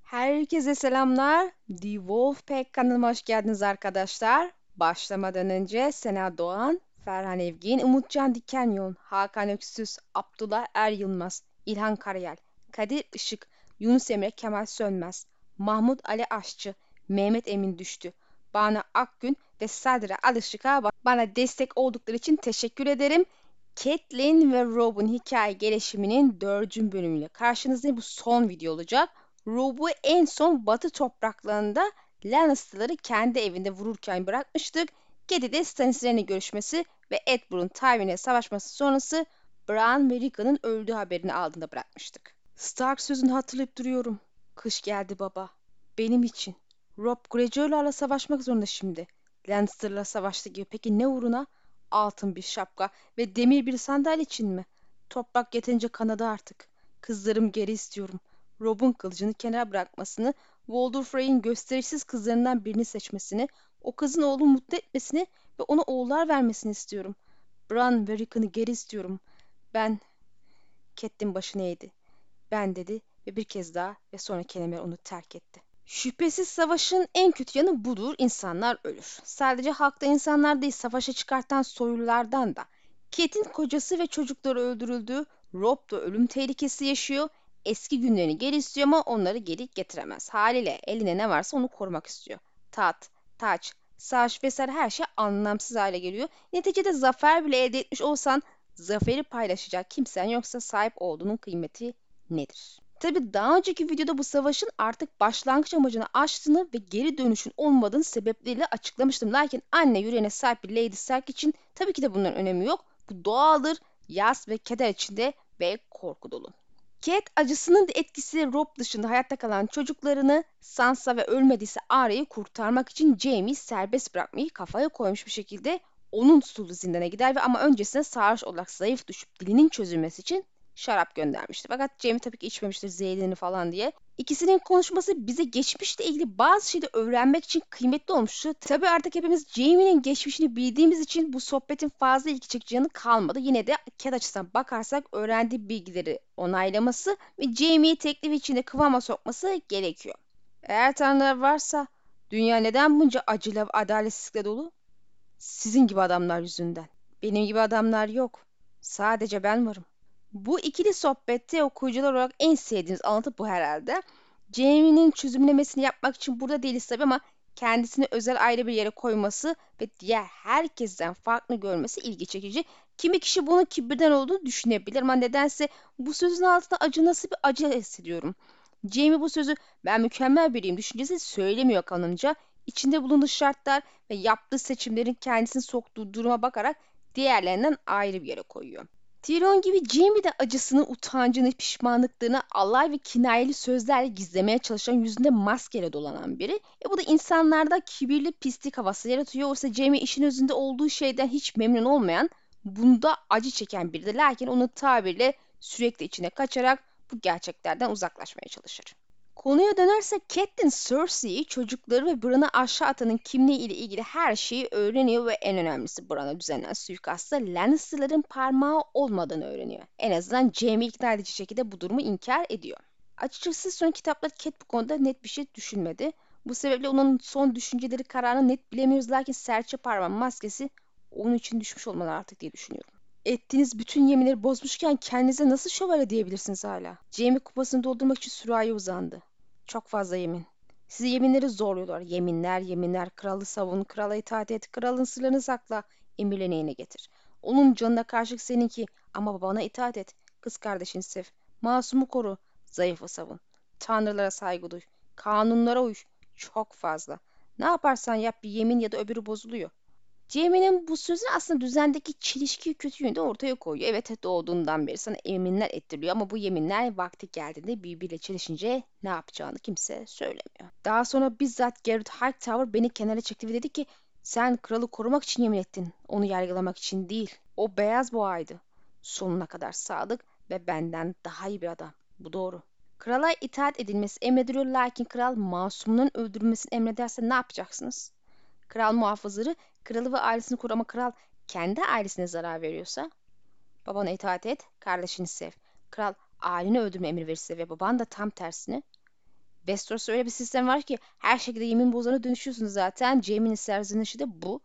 Herkese selamlar. The Wolfpack kanalıma hoş geldiniz arkadaşlar. Başlamadan önce Sena Doğan, Ferhan Evgin, Umutcan Dikenyol, Hakan Öksüz, Abdullah Er Yılmaz, İlhan Karayel, Kadir Işık, Yunus Emre Kemal Sönmez, Mahmut Ali Aşçı, Mehmet Emin Düştü, Banu Akgün ve Sadri Alışık'a bana destek oldukları için teşekkür ederim. Catelyn ve Rob'un hikaye gelişiminin 4. bölümüyle karşınızdayım. Bu son video olacak. Robb'u en son Batı topraklarında Lannister'ları kendi evinde vururken bırakmıştık. Gedde'de Stannis'lerin görüşmesi ve Edward'un Tywin'le savaşması sonrası Bran ve Rickon'un öldüğü haberini aldığında bırakmıştık. Stark sözünü hatırlayıp duruyorum. Kış geldi baba. Benim için. Robb Greyjoy'larla savaşmak zorunda şimdi. Lannister'la savaştı gibi. Peki ne uğruna? Altın bir şapka ve demir bir sandalye için mi? Toprak yeterince kanadı artık. Kızlarım geri istiyorum. Robb'un kılıcını kenara bırakmasını, Walder Frey'in gösterişsiz kızlarından birini seçmesini, o kızın oğlunu mutlu etmesini ve ona oğullar vermesini istiyorum. Bran ve Rickon'u geri istiyorum. Ben... Catelyn başını eğdi. Ben dedi ve bir kez daha ve sonra kelimeler onu terk etti. Şüphesiz savaşın en kötü yanı budur. İnsanlar ölür. Sadece halkta insanlar değil, savaşa çıkartan soylulardan da. Catelyn kocası ve çocukları öldürüldü. Robb da ölüm tehlikesi yaşıyor. Eski günlerini geri istiyor ama onları geri getiremez. Haliyle eline ne varsa onu korumak istiyor. Taht, taç, savaş vesaire her şey anlamsız hale geliyor. Neticede zafer bile elde etmiş olsan zaferi paylaşacak kimsen yoksa sahip olduğunun kıymeti nedir? Tabii daha önceki videoda bu savaşın artık başlangıç amacını aştığını ve geri dönüşün olmadığını sebepleriyle açıklamıştım. Lakin anne yüreğine sahip bir Lady Stark için tabii ki de bunların önemi yok. Bu doğaldır, yas ve keder içinde ve korku dolu. Cat acısının da etkisiyle Robb dışında hayatta kalan çocuklarını Sansa ve ölmediyse Arya'yı kurtarmak için Jaime'yi serbest bırakmayı kafaya koymuş bir şekilde onun tutulduğu zindana gider ve ama öncesinde sarhoş olarak zayıf düşüp dilinin çözülmesi için şarap göndermişti. Fakat Jaime tabii ki içmemiştir zehirlenir falan diye. İkisinin konuşması bize geçmişle ilgili bazı şeyleri öğrenmek için kıymetli olmuştu. Tabii artık hepimiz Jaime'nin geçmişini bildiğimiz için bu sohbetin fazla ilgi çekici yanı kalmadı. Yine de Cat açısından bakarsak öğrendiği bilgileri onaylaması ve Jaime'yi teklif içinde kıvama sokması gerekiyor. Eğer tanrılar varsa dünya neden bunca acıyla ve adaletsizlikle dolu? Sizin gibi adamlar yüzünden. Benim gibi adamlar yok. Sadece ben varım. Bu ikili sohbette okuyucular olarak en sevdiğimiz alıntı bu herhalde. Jamie'nin çözümlemesini yapmak için burada değiliz tabii ama kendisini özel ayrı bir yere koyması ve diğer herkesten farklı görmesi ilgi çekici. Kimi kişi bunun kibirden olduğunu düşünebilir ama nedense bu sözün altında acı nasıl bir acı hissediyorum. Jamie bu sözü ben mükemmel biriyim düşüncesi söylemiyor kanımca. İçinde bulunduğu şartlar ve yaptığı seçimlerin kendisini soktuğu duruma bakarak diğerlerinden ayrı bir yere koyuyor. Tyrion gibi Jaime de acısını, utancını, pişmanlıklarını alay ve kinayeli sözlerle gizlemeye çalışan yüzünde maskeyle dolanan biri. Bu da insanlarda kibirli pislik havası yaratıyor. Oysa Jaime işin özünde olduğu şeyden hiç memnun olmayan, bunda acı çeken biridir. Lakin onun tabirle sürekli içine kaçarak bu gerçeklerden uzaklaşmaya çalışır. Konuya dönersek Catelyn Cersei'yi, çocukları ve Bran'ı aşağı atanın kimliği ile ilgili her şeyi öğreniyor ve en önemlisi Bran'a düzenlenen suikastta Lannister'ların parmağı olmadığını öğreniyor. En azından Jaime ikna edici şekilde bu durumu inkar ediyor. Açıkçası son kitaplar Cat bu konuda net bir şey düşünmedi. Bu sebeple onun son düşünceleri kararını net bilemiyoruz lakin serçe parmağın maskesi onun için düşmüş olmalı artık diye düşünüyorum. Ettiğiniz bütün yeminleri bozmuşken kendinize nasıl şövalye diyebilirsiniz hala? Jaime kupasını doldurmak için sürahiye uzandı. Çok fazla yemin. Sizi yeminleri zorluyorlar. Yeminler, yeminler. Kralı savun, krala itaat et, kralın sırlarını sakla, emirlerini yerine getir. Onun canına karşılık seninki ama babana itaat et. Kız kardeşini sev. Masumu koru, zayıfı savun. Tanrılara saygı duy. Kanunlara uy. Çok fazla. Ne yaparsan yap bir yemin ya da öbürü bozuluyor. Jamie'nin bu sözü aslında düzendeki çelişkiyi kötü yönde ortaya koyuyor. Evet doğduğundan beri sana yeminler ettiriliyor ama bu yeminler vakti geldiğinde birbiriyle çelişince ne yapacağını kimse söylemiyor. Daha sonra bizzat Geralt Hightower beni kenara çekti ve dedi ki sen kralı korumak için yemin ettin. Onu yargılamak için değil. O beyaz boğaydı. Sonuna kadar sadık ve benden daha iyi bir adam. Bu doğru. Krala itaat edilmesi emrediliyor lakin kral masumunun öldürülmesini emrederse ne yapacaksınız? Kral muhafızları kralı ve ailesini koru ama kral kendi ailesine zarar veriyorsa babana itaat et, kardeşini sev. Kral aileni öldürme emri verirse ve baban da tam tersine Westeros'ta öyle bir sistem var ki her şekilde yemin bozana dönüşüyorsunuz zaten. Jaime'nin serzenişi de bu.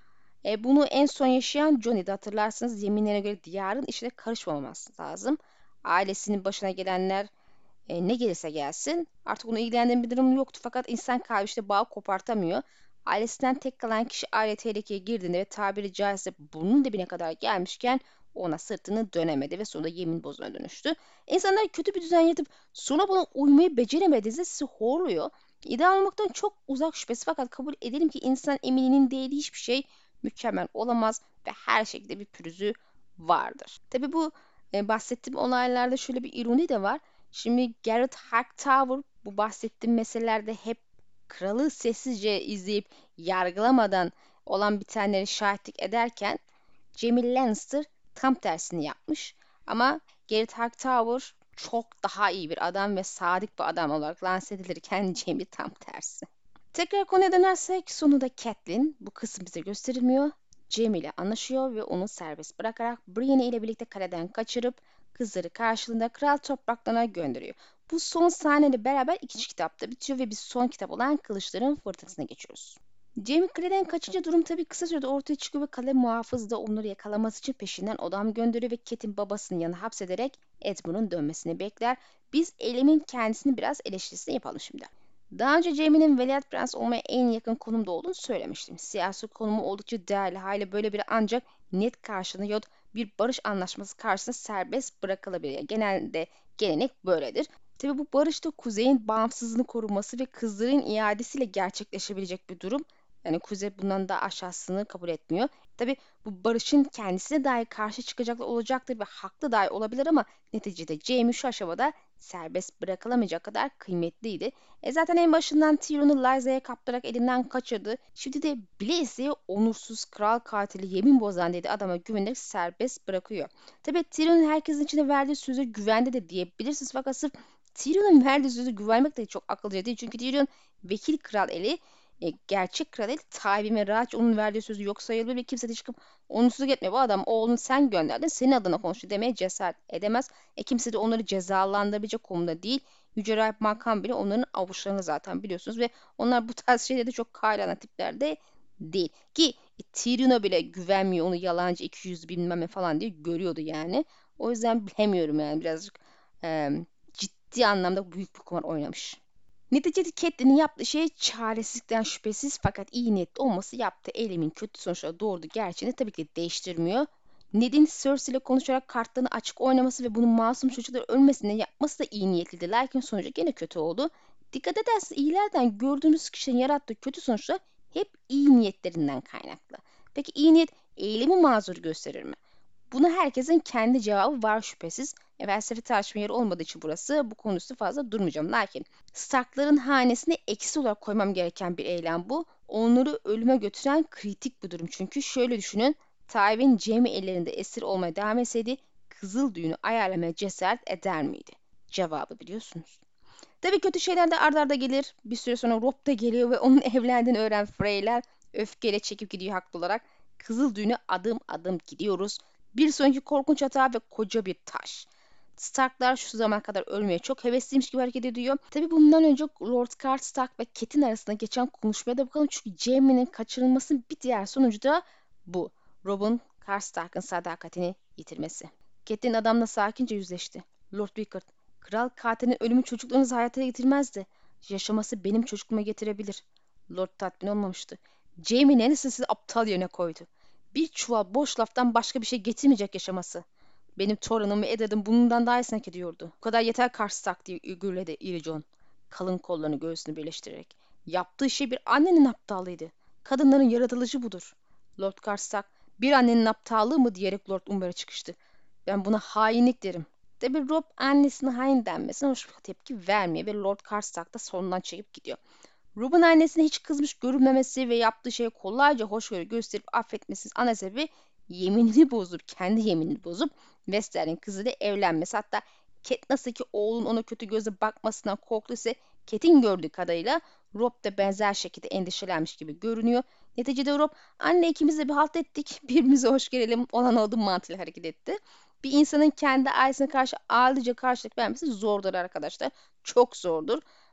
Bunu en son yaşayan Johnny'di, hatırlarsınız. Yeminlerine göre diyarın işine karışmaması lazım. Ailesinin başına gelenler ne gelirse gelsin. Artık onu ilgilendiren bir durum yoktu. Fakat insan kalbi işte bağı kopartamıyor. Ailesinden tek kalan kişi aile tehlikeye girdiğinde ve tabiri caizse burnun dibine kadar gelmişken ona sırtını dönemedi ve sonunda yemin bozuna dönüştü. İnsanlar kötü bir düzen yatıp sonra buna uymayı beceremediğinizde sizi horluyor. İdeal olmaktan çok uzak şüphesi, fakat kabul edelim ki insan emininin değdiği hiçbir şey mükemmel olamaz ve her şekilde bir pürüzü vardır. Tabii bu bahsettiğim olaylarda şöyle bir ironi de var. Şimdi Garrett Hightower bu bahsettiğim meselelerde hep kralı sessizce izleyip yargılamadan olan bitenleri şahitlik ederken Jaime Lannister tam tersini yapmış. Ama Garrett Hightower çok daha iyi bir adam ve sadık bir adam olarak lanse edilirken Jaime tam tersi. Tekrar konuya dönersek sonunda Catelyn, bu kısım bize gösterilmiyor, Jaime ile anlaşıyor ve onu serbest bırakarak Brienne ile birlikte kaleden kaçırıp kızları karşılığında kral topraklarına gönderiyor. Bu son sahneyle beraber ikinci kitapta bitiyor ve biz son kitap olan Kılıçların Fırtınası'na geçiyoruz. Jaime kaleden kaçınca durum tabii kısa sürede ortaya çıkıyor ve kale muhafızı da onları yakalaması için peşinden adam gönderiyor ve Catelyn babasının yanına hapsederek Edmund'un dönmesini bekler. Biz eylemin kendisini biraz eleştirisini yapalım şimdi. Daha önce Jaime'nin Veliaht Prens olmaya en yakın konumda olduğunu söylemiştim. Siyasi konumu oldukça değerli. Haliyle böyle biri ancak net karşılığında yahut bir barış anlaşması karşısında serbest bırakılabilir. Yani genelde gelenek böyledir. Tabii bu barış da kuzeyin bağımsızlığını koruması ve kızların iadesiyle gerçekleşebilecek bir durum. Yani kuzey bundan daha aşağısını kabul etmiyor. Tabii bu barışın kendisine dair karşı çıkacaklar olacaktır ve haklı dahi olabilir ama neticede Jaime şu aşamada serbest bırakılamayacak kadar kıymetliydi. Zaten en başından Tyrion'u Lysa'ya kaptırarak elinden kaçırdı. Şimdi de Blaze'i onursuz kral katili yemin bozan dedi adama güvenerek serbest bırakıyor. Tabii Tyrion'un herkesin içinde verdiği sözü güvende de diyebilirsiniz, fakat sırf Tyrion'un verdiği sözü güvenmek de çok akıllıca değil. Çünkü Tyrion vekil kral eli, gerçek kral eli Tywin ve Rhaenys onun verdiği sözü yok sayılır ve kimse de çıkıp onursuzluk etmiyor. Bu adam oğlunu sen gönderdin, senin adına konuştu demeye cesaret edemez. Kimse de onları cezalandırabilecek konumda değil. Yüce Rahip Makam bile onların avuçlarını zaten biliyorsunuz ve onlar bu tarz şeylerde çok kaylana tipler de değil. Ki Tyrion'a bile güvenmiyor, onu yalancı, ikiyüzlü bilmem ne falan diye görüyordu yani. O yüzden bilemiyorum yani, birazcık e, ciddi anlamda büyük bir kumar oynamış. Neticede Catelyn'in yaptığı şey çaresizlikten şüphesiz, fakat iyi niyetli olması yaptığı eylemin kötü sonuçlara doğurduğu gerçeğini tabii ki de değiştirmiyor. Ned'in Cersei ile konuşarak kartlarını açık oynaması ve bunun masum çocukların ölmesini yapması da iyi niyetliydi. Lakin sonucu gene kötü oldu. Dikkat ederseniz iyilerden gördüğünüz kişinin yarattığı kötü sonuçlar hep iyi niyetlerinden kaynaklı. Peki iyi niyet eylemi mazur gösterir mi? Buna herkesin kendi cevabı var şüphesiz. Felsefi tartışma yeri olmadığı için burası bu konusu fazla durmayacağım. Lakin Stark'ların hanesine eksi olarak koymam gereken bir eylem bu. Onları ölüme götüren kritik bir durum. Çünkü şöyle düşünün. Tywin Jaime ellerinde esir olmaya devam etseydi Kızıl Düğünü ayarlamaya cesaret eder miydi? Cevabı biliyorsunuz. Tabii kötü şeyler de ard arda gelir. Bir süre sonra Robb da geliyor ve onun evlendiğini öğren Freyler öfkeyle çekip gidiyor haklı olarak. Kızıl Düğün'e adım adım gidiyoruz. Bir sonraki korkunç hata ve koca bir taş. Starklar şu zamana kadar ölmeye çok hevesliymiş gibi hareket ediyor. Tabii bundan önce Lord Karstark ve Catelyn arasında geçen konuşmaya da bakalım. Çünkü Jaime'nin kaçırılmasının bir diğer sonucu da bu. Robb'un Karstark'ın sadakatini yitirmesi. Catelyn adamla sakince yüzleşti. Lord Rickard, kral katilin ölümü çocuklarınızı hayata getirmezdi. Yaşaması benim çocukluğuma getirebilir. Lord tatmin olmamıştı. Jaime'nin enişte sizi aptal yerine koydu. Bir çuval boş laftan başka bir şey getirmeyecek yaşaması. Benim torunum ve Eddard'ın bundan daha iyisini hak ediyordu. Bu kadar yeter Karstark diye gürledi Iri Jon. Kalın kollarını göğsünü birleştirerek. Yaptığı şey bir annenin aptallığıydı. Kadınların yaratılışı budur. Lord Karstark bir annenin aptallığı mı diyerek Lord Umber'e çıkıştı. Ben buna hainlik derim. Tabi Robb annesine hain denmesine hoş bir tepki vermiyor ve Lord Karstark da sonundan çekip gidiyor. Robb'un annesine hiç kızmış görünmemesi ve yaptığı şeye kolayca hoşgörü gösterip affetmesi ana sebebi yeminini bozup, kendi yeminini bozup Wester'in kızıyla evlenmesi. Hatta Cat nasıl ki oğlun ona kötü gözle bakmasından korktuysa Cat'in gördüğü kadarıyla Robb da benzer şekilde endişelenmiş gibi görünüyor. Neticede Robb anne ikimiz de bir halt ettik, birbirimize hoş gelelim olan oldu mantığıyla hareket etti. Bir insanın kendi ailesine karşı ağırlıca karşılık vermesi zordur arkadaşlar. Çok zordur.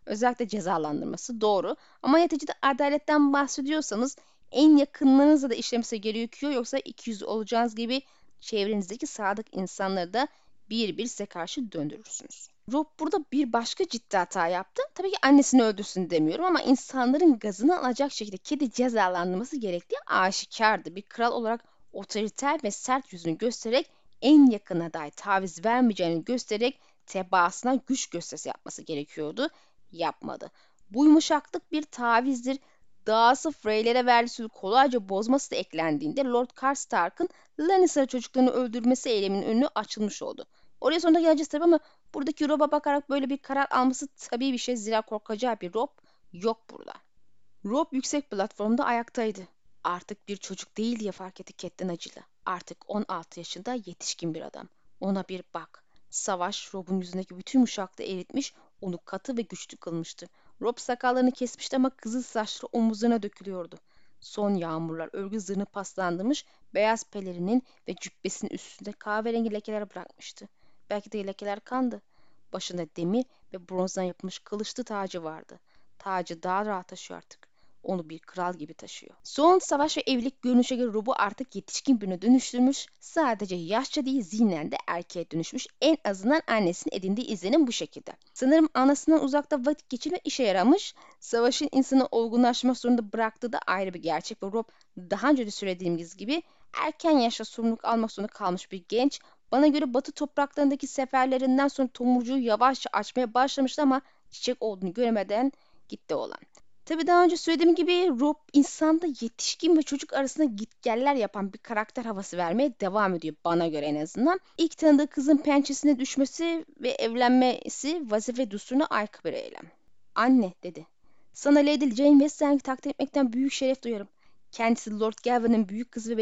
Özellikle cezalandırması doğru. Ama neticede adaletten bahsediyorsanız en yakınlarınızla da işlemesi gerekiyor. Yoksa 200 olacağınız gibi çevrenizdeki sadık insanları da bir bir size karşı döndürürsünüz. Rob burada bir başka ciddi hata yaptı. Tabii ki annesini öldürsün demiyorum ama insanların gazını alacak şekilde kedi cezalandırması gerektiği aşikardı. Bir kral olarak otoriter ve sert yüzünü göstererek en yakına dahi taviz vermeyeceğini göstererek tebaasına güç gösterisi yapması gerekiyordu. Yapmadı. Bu yumuşaklık bir tavizdir. Dahası Freylere verdiği sözü kolayca bozması da eklendiğinde Lord Karstark'ın Lannister çocuklarını öldürmesi eyleminin önü açılmış oldu. Oraya sonunda geleceğiz tabii ama buradaki Rob'a bakarak böyle bir karar alması tabii bir şey, zira korkacağı bir Rob yok burada. Rob yüksek platformda ayaktaydı. Artık bir çocuk değil diye fark etti Catelyn acıyla. Artık 16 yaşında yetişkin bir adam. Ona bir bak. Savaş Rob'un yüzündeki bütün yumuşaklığı eritmiş, onu katı ve güçlü kılmıştı. Rob sakallarını kesmişti ama kızıl saçları omuzlarına dökülüyordu. Son yağmurlar örgü zırhını paslandırmış, beyaz pelerinin ve cübbesinin üstünde kahverengi lekeler bırakmıştı. Belki de lekeler kandı. Başında demir ve bronzdan yapılmış kılıçlı tacı vardı. Tacı daha rahat taşıyor artık. Onu bir kral gibi taşıyor. Son savaş ve evlilik görünüşe göre Rob'u artık yetişkin birine dönüştürmüş. Sadece yaşça değil zihnen de erkeğe dönüşmüş. En azından annesinin edindiği izlenim bu şekilde. Sanırım anasından uzakta vakit geçirme işe yaramış. Savaşın insanı olgunlaşma zorunda bıraktığı da ayrı bir gerçek. Ve Rob daha önce de söylediğimiz gibi erken yaşta sorumluluk almak zorunda kalmış bir genç. Bana göre Batı topraklarındaki seferlerinden sonra tomurcuğu yavaşça açmaya başlamıştı ama çiçek olduğunu göremeden gitti olan. Tabii daha önce söylediğim gibi Rob insanda yetişkin ve çocuk arasında gitgeller yapan bir karakter havası vermeye devam ediyor bana göre en azından. İlk tanıdığı kızın pençesine düşmesi ve evlenmesi vazife düsturuna aykırı bir eylem. Anne dedi. Sana Lady Jane Westerling'i takdir etmekten büyük şeref duyarım. Kendisi Lord Galvan'ın büyük kızı ve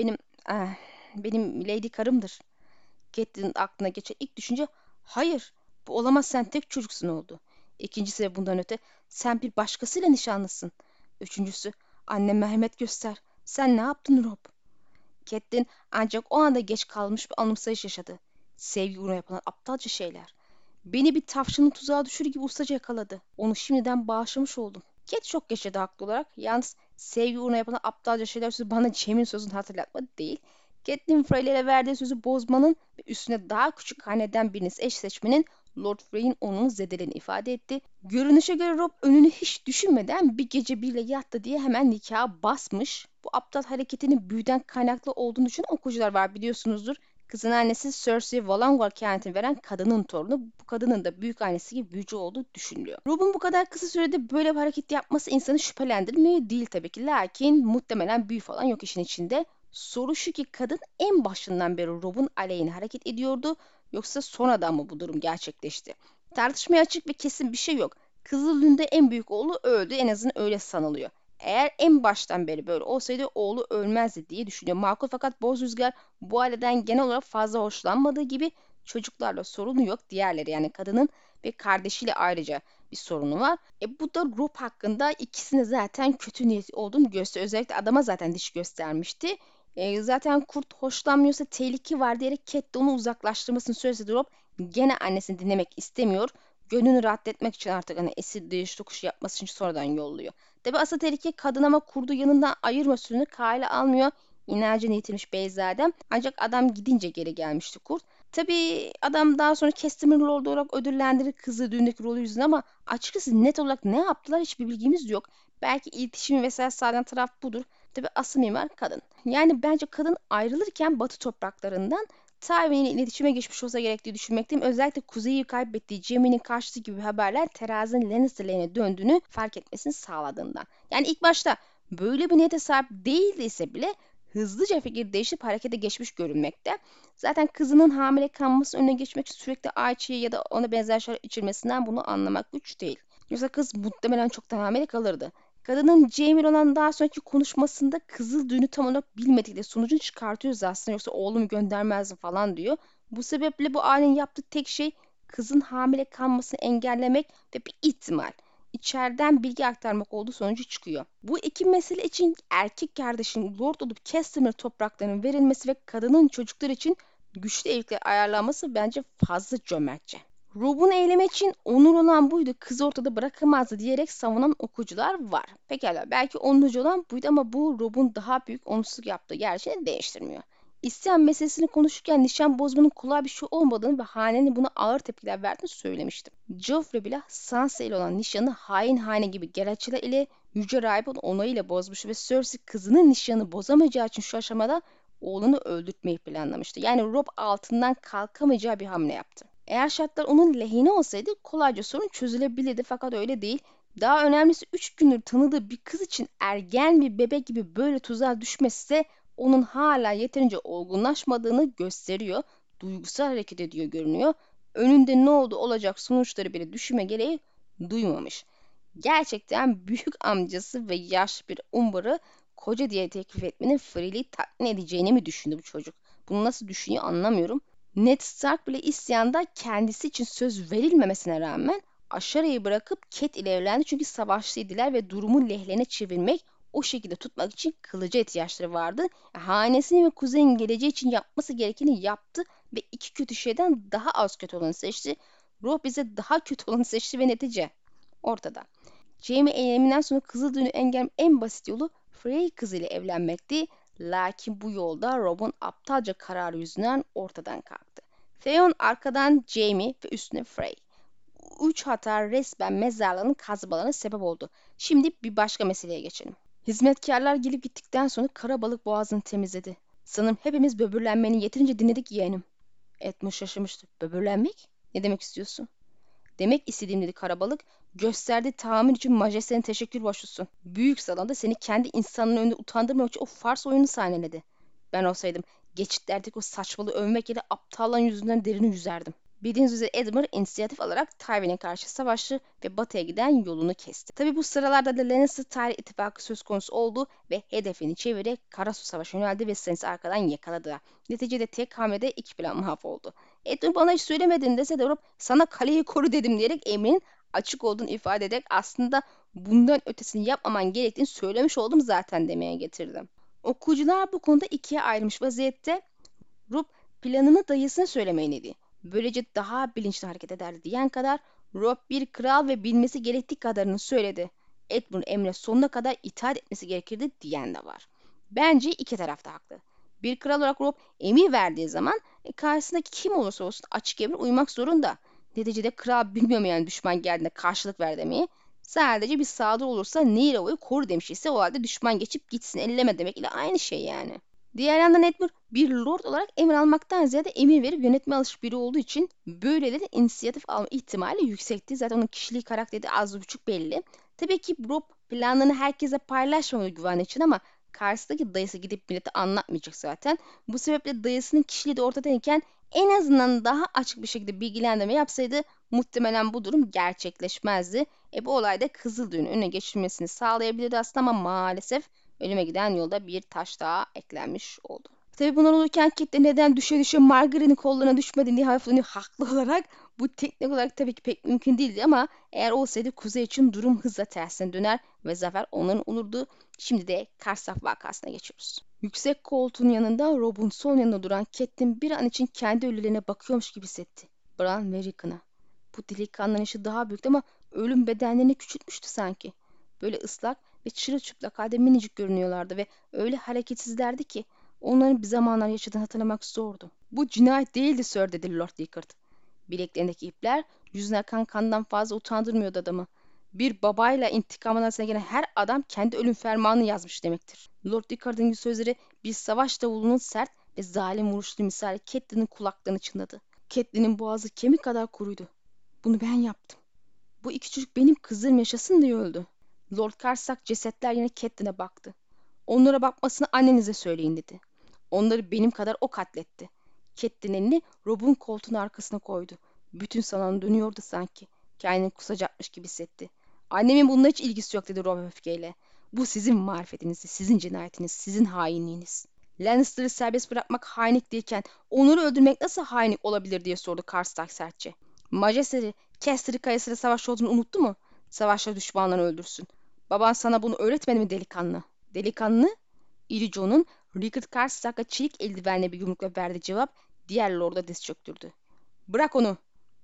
benim Lady karımdır. Catelyn'in aklına geçen ilk düşünce hayır bu olamaz, sen tek çocuksun oldu. İkincisi ve bundan öte sen bir başkasıyla nişanlısın. Üçüncüsü anne merhamet göster. Sen ne yaptın Rob? Catelyn ancak o anda geç kalmış bir anımsayış yaşadı. Sevgi uğruna yapılan aptalca şeyler. Beni bir tavşanın tuzağa düşürür gibi ustaca yakaladı. Onu şimdiden bağışlamış oldum. Cat çok yaşadı haklı olarak. Yalnız sevgi uğruna yapılan aptalca şeyler sözü bana Cem'in sözünü hatırlatmadı değil. Catelyn Freylere verdiği sözü bozmanın ve üstüne daha küçük haneden birini eş seçmenin Lord Frey'in onu zedeleni ifade etti. Görünüşe göre Rob önünü hiç düşünmeden bir gece bile yattı diye hemen nikaha basmış. Bu aptal hareketinin büyüden kaynaklı olduğunu düşünen okuyucular var biliyorsunuzdur. Kızın annesi Cersei Valangor kehanetini veren kadının torunu. Bu kadının da büyük annesi gibi büyücü olduğu düşünülüyor. Rob'un bu kadar kısa sürede böyle bir hareket yapması insanı şüphelendirmiyor değil tabii ki. Lakin muhtemelen büyü falan yok işin içinde. Soru şu ki kadın en başından beri Rob'un aleyhine hareket ediyordu. Yoksa sonradan mı bu durum gerçekleşti? Tartışmaya açık ve kesin bir şey yok. Kızıldüğünde en büyük oğlu öldü, en azından öyle sanılıyor. Eğer en baştan beri böyle olsaydı oğlu ölmezdi diye düşünüyor. Makul fakat Boz Rüzgar bu aileden genel olarak fazla hoşlanmadığı gibi çocuklarla sorunu yok. Diğerleri yani kadının ve kardeşiyle ayrıca bir sorunu var. Bu da Rob hakkında ikisine zaten kötü niyeti olduğunu gösteriyor. Özellikle adama zaten diş göstermişti. Zaten kurt hoşlanmıyorsa tehlike var diyerek Cat de onu uzaklaştırmasını söylese de Rob gene annesini dinlemek istemiyor. Gönlünü rahat etmek için artık hani esir değiş tokuşu yapması için sonradan yolluyor. Tabi asıl tehlike kadın ama kurdu yanından ayırma sözünü kale almıyor. İnacını yitirmiş Beyzadem. Ancak adam gidince geri gelmişti kurt. Tabi adam daha sonra Castamere Lord olarak ödüllendirir kızı düğündeki rolü yüzünden ama açıkçası net olarak ne yaptılar hiçbir bilgimiz yok. Belki iletişimi vesaire sağlayan taraf budur. Tabi asıl mimar kadın. Yani bence kadın ayrılırken Batı topraklarından Tywin ile iletişime geçmiş olsa gerektiği düşünmekteyim. Özellikle kuzeyi kaybettiği Jaime'nin karşıtı gibi haberler terazinin Lannister lehine döndüğünü fark etmesini sağladığından. Yani ilk başta böyle bir niyete sahip değildiyse bile hızlıca fikir değişip harekete geçmiş görünmekte. Zaten kızının hamile kalması önüne geçmek için sürekli ayçiçeği ya da ona benzer şeyler içirmesinden bunu anlamak güç değil. Yoksa kız muhtemelen çoktan hamile kalırdı. Kadının Jaime olan daha sonraki konuşmasında kızıl düğünü tam olarak bilmediği sonucunu çıkartıyoruz aslında. Yoksa oğlumu göndermezdim falan diyor. Bu sebeple bu ailenin yaptığı tek şey kızın hamile kalmasını engellemek ve bir ihtimal içeriden bilgi aktarmak olduğu sonucu çıkıyor. Bu iki mesele için erkek kardeşin Lord olup Castamere topraklarının verilmesi ve kadının çocuklar için güçlü evlilikler ayarlanması bence fazla cömertçe. Rob'un eylemi için onur olan buydu, kız ortada bırakamazdı diyerek savunan okucular var. Pekala, belki onurcu olan buydu ama bu Rob'un daha büyük onursuzluk yaptığı gerçeğini değiştirmiyor. İsyan meselesini konuşurken nişan bozmanın kolay bir şey olmadığını ve hanenin buna ağır tepkiler verdiğini söylemiştim. Joffrey bile Sansa ile olan nişanı hain hane gibi gerekçeler ile Yüce Rahib'in onayıyla bozmuş ve Cersei kızının nişanı bozamayacağı için şu aşamada oğlunu öldürtmeyi planlamıştı. Yani Robb altından kalkamayacağı bir hamle yaptı. Eğer şartlar onun lehine olsaydı kolayca sorun çözülebilirdi, fakat öyle değil. Daha önemlisi 3 gündür tanıdığı bir kız için ergen bir bebek gibi böyle tuzağa düşmesi de onun hala yeterince olgunlaşmadığını gösteriyor. Duygusal hareket ediyor görünüyor. Önünde ne oldu olacak sonuçları bile düşünme gereği duymamış. Gerçekten büyük amcası ve yaşlı bir umbarı koca diye teklif etmenin Freely'i tatmin edeceğini mi düşündü bu çocuk? Bunu nasıl düşünüyor anlamıyorum. Ned Stark bile isyanda kendisi için söz verilmemesine rağmen Aşara'yı bırakıp Cat ile evlendi, çünkü savaşçıydılar ve durumu lehlerine çevirmek, o şekilde tutmak için kılıca ihtiyaçları vardı. Hanesini ve kuzeyin geleceği için yapması gerekeni yaptı ve iki kötü şeyden daha az kötü olanı seçti. Rob bize daha kötü olanı seçti ve netice ortada. Jaime eyleminden sonra Kızıldır'ın en basit yolu Frey kızıyla evlenmekti. Lakin bu yolda Rob'un aptalca kararı yüzünden ortadan kalktı. Theon arkadan Jaime ve üstüne Frey. Üç hata resmen mezarlığın kazmalarına sebep oldu. Şimdi bir başka meseleye geçelim. Hizmetkarlar gelip gittikten sonra kara balık boğazını temizledi. Sanırım hepimiz böbürlenmeni yeterince dinledik yeğenim. Edmund şaşırmıştı. Böbürlenmek? Ne demek istiyorsun? Demek istediğim, dedi karabalık, gösterdiği tahammül için majestelerine teşekkür borçlusun. Büyük salonda seni kendi insanının önünde utandırmamak için o fars oyunu sahneledi. Ben olsaydım geçitlerdeki o saçmalığı övmek yerine aptalların yüzünden derini yüzerdim. Bildiğiniz üzere Edmure inisiyatif alarak Tywin'e karşı savaştı ve batıya giden yolunu kesti. Tabi bu sıralarda da Lannister-Tyrell ittifakı söz konusu oldu ve hedefini çevirerek Karasu Savaşı'na yöneldi ve Stannis'i arkadan yakaladı. Neticede tek hamlede iki plan mahvoldu. Edmure bana hiç söylemedin dese de Robb sana kaleyi koru dedim diyerek emrin açık olduğunu ifade ederek aslında bundan ötesini yapmaman gerektiğini söylemiş oldum zaten demeye getirdim. Okuyucular bu konuda ikiye ayrılmış vaziyette. Robb planını dayısına söylemeliydi. Böylece daha bilinçli hareket ederdi diyen kadar Robb bir kral ve bilmesi gerektiği kadarını söyledi. Edmund emre sonuna kadar itaat etmesi gerekirdi diyen de var. Bence iki taraf da haklı. Bir kral olarak Robb emir verdiği zaman karşısındaki kim olursa olsun açık emir uymak zorunda. Neticede kral bilmemeyen düşman geldiğinde karşılık ver demeyi, sadece bir saldırı olursa Nehir koru demiş ise o halde düşman geçip gitsin elleme demek ile aynı şey yani. Diğer yandan Edmund bir lord olarak emir almaktan ziyade emir verip yönetmeye alışık biri olduğu için böyleleri inisiyatif alma ihtimali yüksekti. Zaten onun kişiliği, karakteri de az buçuk belli. Tabii ki Robb planlarını herkese paylaşmamalı güven için ama karşısındaki dayısı gidip millete anlatmayacak zaten. Bu sebeple dayısının kişiliği de ortadayken en azından daha açık bir şekilde bilgilendirme yapsaydı muhtemelen bu durum gerçekleşmezdi. Bu olayda Kızıldır'ın önüne geçilmesini sağlayabilirdi aslında ama maalesef ölüme giden yolda bir taş daha eklenmiş oldu. Tabii bunlar olurken Kit neden düşe Margaery'nin kollarına düşmedi diye hafifleniyor haklı olarak. Bu teknik olarak tabii ki pek mümkün değildi ama eğer olsaydı Kuzey için durum hızla tersine döner ve zafer onların olurdu. Şimdi de Karsaf vakasına geçiyoruz. Yüksek koltuğun yanında Robb'un sol yanında duran Catelyn bir an için kendi ölülerine bakıyormuş gibi hissetti. Bran ve Rickon'a. Bu delikanlının işi daha büyüktü ama ölüm bedenlerini küçültmüştü sanki. Böyle ıslak ve çırılçıplak halde minicik görünüyorlardı ve öyle hareketsizlerdi ki onların bir zamanlar yaşadığını hatırlamak zordu. Bu cinayet değildi Sir, dedi Lord Rickard. Bileklerindeki ipler yüzüne akan kandan fazla utandırmıyordu adamı. Bir babayla intikam arasına gelen her adam kendi ölüm fermanını yazmış demektir. Lord Rickard'ın sözleri bir savaş davulunun sert ve zalim vuruşlu misali Catelyn'in kulaklarını çınladı. Catelyn'in boğazı kemik kadar kuruydu. Bunu ben yaptım. Bu iki çocuk benim kızım yaşasın diye öldü. Lord Karsak cesetler yine Catelyn'e baktı. Onlara bakmasını annenize söyleyin, dedi. Onları benim kadar o katletti. Catelyn elini Robb'un koltuğunun arkasına koydu. Bütün salon dönüyordu sanki. Kendini kusacakmış gibi hissetti. Annemin bununla hiç ilgisi yok, dedi Robb öfkeyle. Bu sizin marifetiniz, sizin cinayetiniz, sizin hainliğiniz. Lannister'ı serbest bırakmak hainlik değilken onları öldürmek nasıl hainlik olabilir diye sordu Karstark sertçe. Majesteleri, Caster'ı kayasıyla savaşçı olduğunu unuttu mu? Savaşta düşmanlarını öldürsün. Baban sana bunu öğretmedi mi delikanlı? Delikanlı? İri Jon'un Rickard Karstark'a çelik eldivenle bir yumrukla verdiği cevap diğer lorda diz çöktürdü. Bırak onu.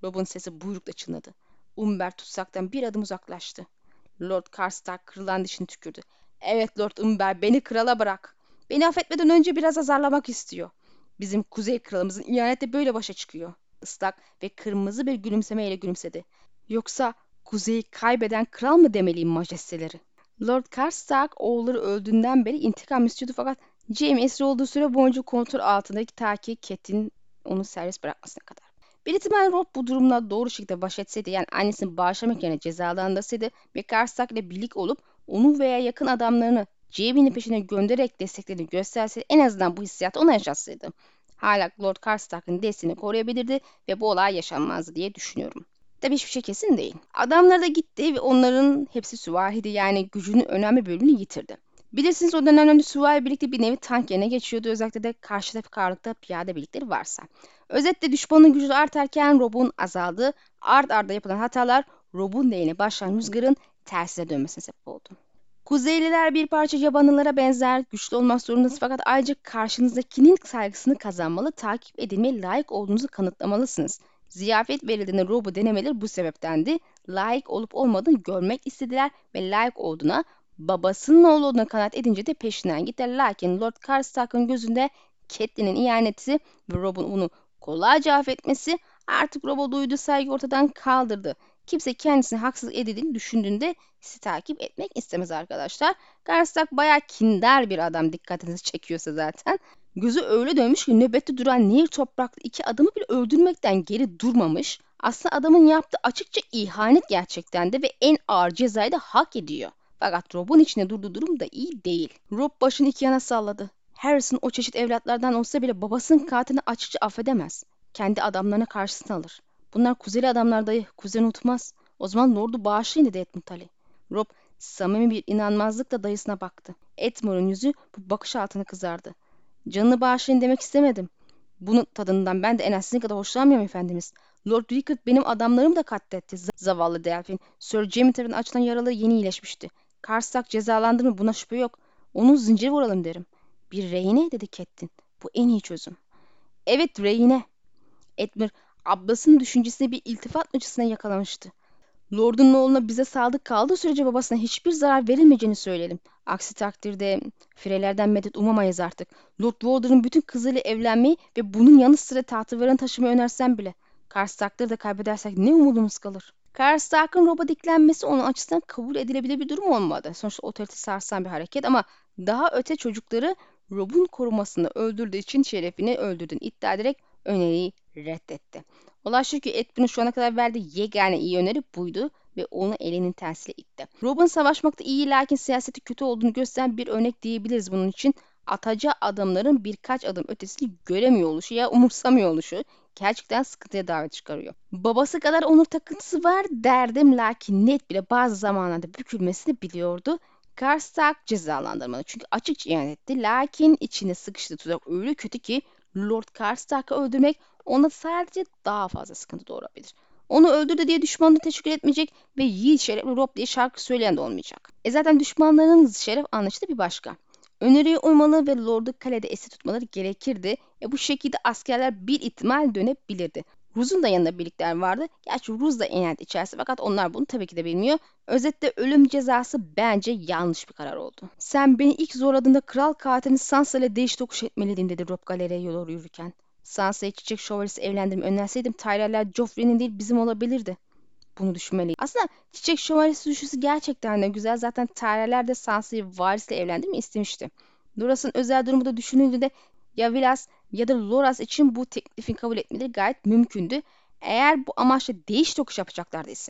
Rob'un sesi buyrukla çınladı. Umber tutsaktan bir adım uzaklaştı. Lord Karstark kırılan dişini tükürdü. Evet Lord Umber, beni krala bırak. Beni affetmeden önce biraz azarlamak istiyor. Bizim kuzey kralımızın ihanetle böyle başa çıkıyor. Islak ve kırmızı bir gülümsemeyle gülümsedi. Yoksa kuzeyi kaybeden kral mı demeliyim majesteleri? Lord Karstark oğulları öldüğünden beri intikam istiyordu fakat Jaime esir olduğu süre boyunca kontrol altındaki ta ki Catelyn onu serbest bırakmasına kadar. Bir ihtimal Robb bu durumla doğru şekilde baş etseydi, yani annesini bağışlamak yerine cezalandırsaydı ve Karstark ile birlik olup onu veya yakın adamlarını Jaime'nin peşine göndererek desteklerini gösterseydi, en azından bu hissiyatı ona yaşatsaydı, hala Lord Karstark'ın desteğini koruyabilirdi ve bu olay yaşanmazdı diye düşünüyorum. Tabii hiçbir şey kesin değil. Adamları da gitti ve onların hepsi süvariydi, yani gücünün önemli bölümünü yitirdi. Bilirsiniz o dönemlerde süvari birlikte bir nevi tank yerine geçiyordu, özellikle de karşı karlıkta piyade birlikleri varsa. Özetle düşmanın gücü artarken Robb'un azaldığı, art arda yapılan hatalar Robb'un lehine başlayan rüzgarın tersine dönmesine sebep oldu. Kuzeyliler bir parça yabanlılara benzer, güçlü olmak zorundasınız fakat ayrıca karşınızdakinin saygısını kazanmalı, takip edilmeye layık olduğunuzu kanıtlamalısınız. Ziyafet verildiğinde Robb'u denemeleri bu sebeptendi. Layık olup olmadığını görmek istediler ve layık olduğuna, babasının oğlu olduğuna kanaat edince de peşinden gittiler. Lakin Lord Karstark'ın gözünde Catelyn'in ihaneti ve Robb'un onu kolayca affetmesi artık Robb'a duyduğu saygı ortadan kaldırdı. Kimse kendisine haksız edildiğini düşündüğünde sizi takip etmek istemez arkadaşlar. Karstark bayağı kindar bir adam, dikkatinizi çekiyorsa zaten. Gözü öyle dönmüş ki nöbette duran Nehir Topraklı iki adamı bile öldürmekten geri durmamış. Aslında adamın yaptığı açıkça ihanet gerçekten de ve en ağır cezayı da hak ediyor. Fakat Robb'un içine durduğu durum da iyi değil. Robb başını iki yana salladı. Harrison o çeşit evlatlardan olsa bile babasının katilini açıkça affedemez. Kendi adamlarına karşısına alır. Bunlar kuzeyli adamlar dayı, kuzen unutmaz. O zaman Lord'u bağışlayın dedi Edmund Tully. Robb samimi bir inanmazlıkla dayısına baktı. Edmund'un yüzü bu bakış altına kızardı. Canını bağışlayın demek istemedim. Bunun tadından ben de en az sizin kadar hoşlanmıyorum efendimiz. Lord Rickard benim adamlarımı da katletti. Zavallı Delphine. Sir Jaime tarafından açılan yaralı yeni iyileşmişti. Karstark cezalandırır mı, buna şüphe yok. Onu zincire vuralım derim. Bir rehine dedi Catelyn. Bu en iyi çözüm. Evet, rehine. Edmund ablasının düşüncesine bir iltifatmışçasına yakalamıştı. Lord'un oğluna bize sadık kaldığı sürece babasına hiçbir zarar verilmeyeceğini söyleyelim. Aksi takdirde firelerden medet umamayız artık. Lord Warder'ın bütün kızıyla evlenmeyi ve bunun yanı sıra tahtı taşımayı önersem bile. Karstark'ları da kaybedersek ne umudumuz kalır? Karstark'ın Robb'a diklenmesi onun açısından kabul edilebilir bir durum olmadı. Sonuçta otorite sarsan bir hareket ama daha öte çocukları Robb'un korumasını öldürdüğü için şerefini öldürdüğünü iddia ederek öneriyi reddetti. Olay şu ki Edmund'un şu ana kadar verdiği yegane iyi öneri buydu ve onu elinin tersiyle itti. Rob'un savaşmakta iyi lakin siyaseti kötü olduğunu gösteren bir örnek diyebiliriz bunun için. Atacağı adamların birkaç adım ötesini göremiyor oluşu ya umursamıyor oluşu gerçekten sıkıntıya davet çıkarıyor. Babası kadar onur takıntısı var derdim lakin net bile bazı zamanlarda bükülmesini biliyordu. Karstark cezalandırmalı çünkü açıkça ihanet etti lakin içine sıkıştığı tuzak öyle kötü ki Lord Karstark'ı öldürmek ona sadece daha fazla sıkıntı doğurabilir. Onu öldürdü diye düşmanını teşekkür etmeyecek ve yiğit şerefli Robb diye şarkı söyleyen de olmayacak. Zaten düşmanlarının şeref anlayışı da bir başka. Öneriye uymalı ve Lord'u kalede esir tutmaları gerekirdi. Bu şekilde askerler bir ihtimal dönebilirdi. Ruz'un da yanında birlikler vardı. Gerçi Ruz da ihanet içerisi fakat onlar bunu tabii ki de bilmiyor. Özetle ölüm cezası bence yanlış bir karar oldu. Sen beni ilk zorladığında kral katilini Sansa ile değiş tokuş etmeliydin dedi Robb galeriye doğru yürürken. Sansa'yı çiçek şövalyesi evlendirmeyi önerseydim Tyrell'ler Joffrey'nin değil bizim olabilirdi. Bunu düşünmeliyim. Aslında çiçek şövalyesi düşüncesi gerçekten de güzel. Zaten Tyrell'ler de Sansa'yı varisle evlendirmeyi istemişti. Loras'ın özel durumu da düşünüldüğünde ya Vilas ya da Loras için bu teklifin kabul etmeleri gayet mümkündü. Eğer bu amaçla değiş tokuş yapacaklardı ise.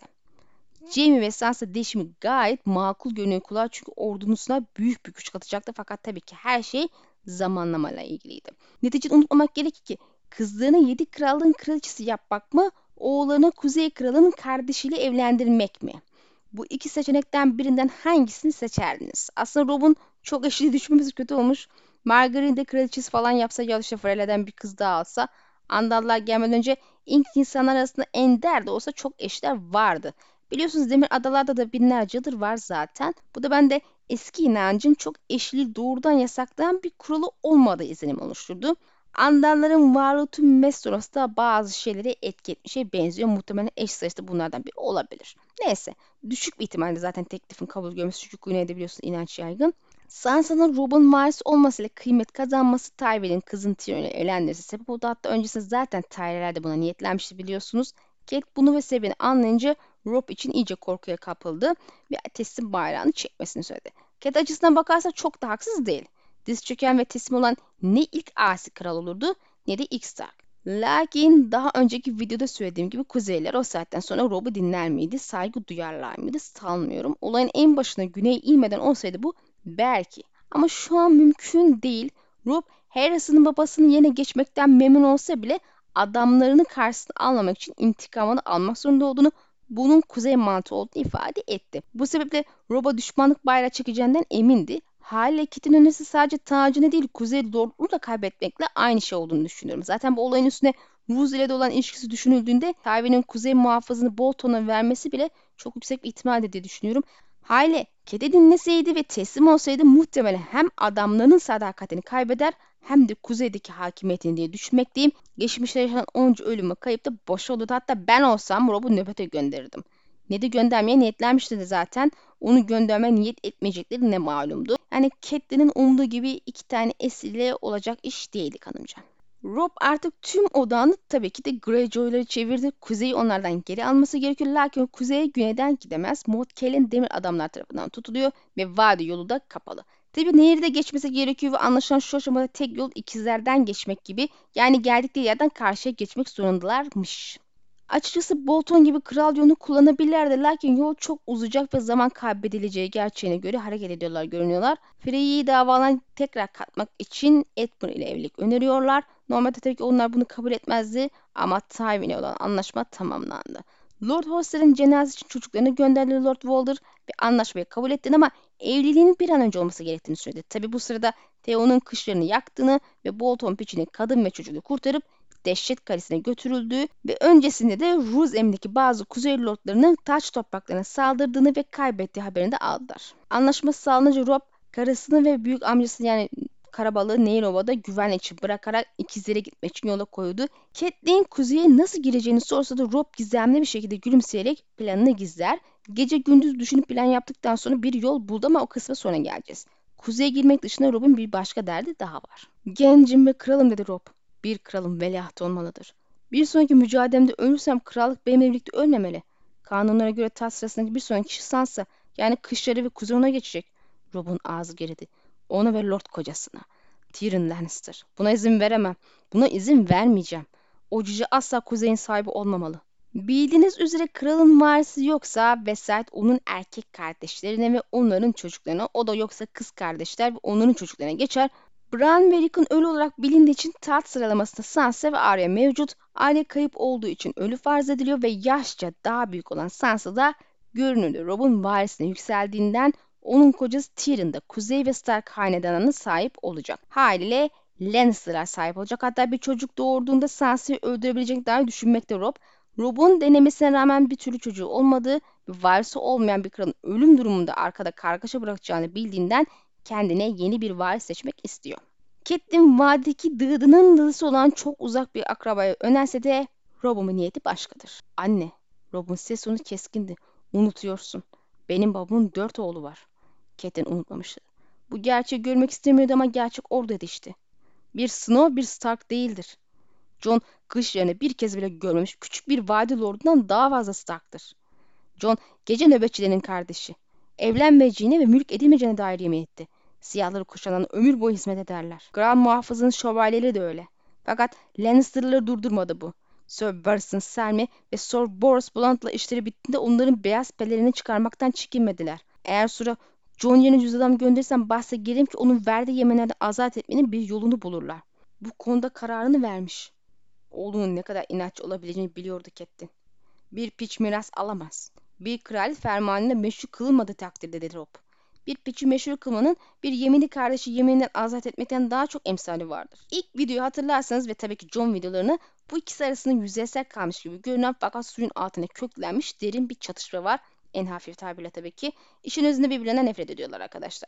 Jaime ve Sansa değişimi gayet makul görünüyor kulağa çünkü ordusuna büyük bir güç katacaktı fakat tabii ki her şey zamanlamayla ilgiliydi. Neticede unutmamak gerekir ki kızlarını 7 krallığın kraliçesi yapmak mı, oğlanı Kuzey Kralı'nın kardeşiyle evlendirmek mi? Bu iki seçenekten birinden hangisini seçerdiniz? Aslında Robb'un çok eşli düşmemiz kötü olmuş. Margaery de kraliçesi falan yapsa ya işte Freyler'den bir kız daha alsa. Andallar gelmeden önce ilk insanlar arasında ender de olsa çok eşler vardı. Biliyorsunuz Demir Adalar'da da binlerce yıldır var zaten. Bu da bende eski inancın çok eşliliği doğrudan yasaklayan bir kuralı olmadığı izlenim oluşturdu. Andanların varlığı tüm Westeros'ta bazı şeyleri etki etmişe benziyor. Muhtemelen eş sayısı da bunlardan biri olabilir. Neyse. Düşük bir ihtimalle zaten teklifin kabul görmesi. Çünkü Güney'de biliyorsun inanç yaygın. Sansa'nın Robb'un varisi olmasıyla kıymet kazanması Tywin'in kızın Tyrion'la evlenmesi sebep oldu. Hatta öncesinde zaten Tyrell'ler de buna niyetlenmişti biliyorsunuz. Catelyn bunu ve sebebini anlayınca Robb için iyice korkuya kapıldı ve teslim bayrağını çekmesini söyledi. Catelyn açısından bakarsa çok da haksız değil. Diz çöken ve teslim olan ne ilk asi kral olurdu ne de ilk Stark. Lakin daha önceki videoda söylediğim gibi Kuzeyler o saatten sonra Robb'u dinler miydi, saygı duyarlar mıydı sanmıyorum. Olayın en başına Güney inmeden olsaydı bu belki. Ama şu an mümkün değil. Robb Harrison'ın babasının yerine geçmekten memnun olsa bile adamlarını karşısına almamak için intikamını almak zorunda olduğunu, bunun kuzey mantığı olduğunu ifade etti. Bu sebeple Robb'a düşmanlık bayrağı çekeceğinden emindi. Haliyle Kit'in önerisi sadece tacını değil Kuzey Lord'unu da kaybetmekle aynı şey olduğunu düşünüyorum. Zaten bu olayın üstüne Ruz ile de olan ilişkisi düşünüldüğünde Tywin'in kuzey muhafızını Bolton'a vermesi bile çok yüksek bir ihtimaldi diye düşünüyorum. Hale Kedi dinleseydi ve teslim olsaydı muhtemelen hem adamlarının sadakatini kaybeder hem de kuzeydeki hakimiyetini diye düşünmekteyim. Geçmişte yaşanan onca ölümü kayıp da boşa olurdu. Hatta ben olsam Rob'u nöbete gönderirdim. Ne de göndermeye niyetlenmişti de zaten. Onu göndermeye niyet etmeyecekleri ne malumdu. Yani Catelyn'in umduğu gibi 2 tane esirle olacak iş değildi kanımca. Robb artık tüm odağını tabii ki de Greyjoy'ları çevirdi. Kuzey'i onlardan geri alması gerekiyor. Lakin kuzeye güneyden gidemez. Moat Cailin demir adamlar tarafından tutuluyor ve vadi yolu da kapalı. Tabii nehri de geçmesi gerekiyor ve anlaşılan şu aşamada tek yol ikizlerden geçmek gibi. Yani geldikleri yerden karşıya geçmek zorundalarmış. Açıkçası Bolton gibi kral yolunu kullanabilirlerdi lakin yol çok uzayacak ve zaman kaybedileceği gerçeğine göre hareket ediyorlar görünüyorlar. Frey'yi davadan tekrar katmak için Edmure ile evlilik öneriyorlar. Normalde tabii ki onlar bunu kabul etmezdi ama Tywin'e olan anlaşma tamamlandı. Lord Hoster'ın cenazesi için çocuklarını gönderdi Lord Walder ve anlaşmayı kabul etti ama evliliğinin bir an önce olması gerektiğini söyledi. Tabii bu sırada Theon'un kışlarını yaktığını ve Bolton piçini kadın ve çocuğu kurtarıp Dehşet Kalesi'ne götürüldüğü ve öncesinde de Ruz emrindeki bazı kuzey lordlarının taç topraklarına saldırdığını ve kaybettiği haberini de aldılar. Anlaşması sağlanınca Robb karısını ve büyük amcasını yani Karabalığı Nehir güven için bırakarak ikizlere gitmek için yola koyuldu. Catelyn kuzeye nasıl gireceğini sorsa da Robb gizemli bir şekilde gülümseyerek planını gizler. Gece gündüz düşünüp plan yaptıktan sonra bir yol buldu ama o kısma sonra geleceğiz. Kuzeye girmek dışında Robb'un bir başka derdi daha var. Gencim ve kralım dedi Robb. Bir kralın veliahtı olmalıdır. Bir sonraki mücadelemde ölürsem krallık benimle birlikte ölmemeli. Kanunlara göre taht sırasındaki bir sonraki kişi Sansa yani kışları ve kuzey ona geçecek. Robb'un ağzı geridi. Ona ve Lord kocasına. Tyrion Lannister. Buna izin veremem. Buna izin vermeyeceğim. O cüce asla kuzeyin sahibi olmamalı. Bildiğiniz üzere kralın varisi yoksa vesayet onun erkek kardeşlerine ve onların çocuklarına, o da yoksa kız kardeşler ve onların çocuklarına geçer. Bran ve Rickon ölü olarak bilindiği için taht sıralamasında Sansa ve Arya mevcut. Arya kayıp olduğu için ölü farz ediliyor ve yaşça daha büyük olan Sansa da görünürde Robb'un varisine yükseldiğinden onun kocası Tyrion da Kuzey ve Stark hanedanına sahip olacak. Haliyle Lannister'lar sahip olacak. Hatta bir çocuk doğurduğunda Sansa'yı öldürebilecek dahi düşünmekte Robb. Robb'un denemesine rağmen bir türlü çocuğu olmadığı ve varisi olmayan bir kralın ölüm durumunda arkada kargaşa bırakacağını bildiğinden kendine yeni bir varis seçmek istiyor. Catelyn vadideki dıdının dıdısı olan çok uzak bir akrabaya önerse de Robb'un niyeti başkadır. Anne, Robb'un ses tonu keskindi. Unutuyorsun. Benim babamın 4 oğlu var. Catelyn unutmamıştı. Bu gerçeği görmek istemiyordu ama gerçek oradaydı işte. Bir Snow bir Stark değildir. Jon kış yerine bir kez bile görmemiş küçük bir vadi lordundan daha fazla Stark'tır. Jon gece nöbetçilerinin kardeşi. Evlenmeyeceğine ve mülk edilmeyeceğine dair yemin etti. Siyahları kuşanan ömür boyu hizmet ederler. Kral muhafızın şövalyeleri de öyle. Fakat Lannister'ları durdurmadı bu. Sir Barristan Selmy ve Sir Boros Blount'la işleri bittiğinde onların beyaz pelerini çıkarmaktan çekinmediler. Eğer sonra Jon yerine yüz adam gönderirsem bahse girerim ki onun verdiği yeminlerden azat etmenin bir yolunu bulurlar. Bu konuda kararını vermiş. Oğlunun ne kadar inatçı olabileceğini biliyordu Catelyn. Bir piç miras alamaz. Bir kraliyet fermanıyla meşru kılınmadığı takdirde dedi Robb. Bir piçi meşru kılmanın bir yemini kardeşi yemininden azat etmekten daha çok emsali vardır. İlk videoyu hatırlarsanız ve tabii ki Jon videolarını bu ikisi arasında yüzeysel kalmış gibi görünen fakat suyun altına köklenmiş derin bir çatışma var. En hafif tabirle tabii ki. İşin özünde birbirlerinden nefret ediyorlar arkadaşlar.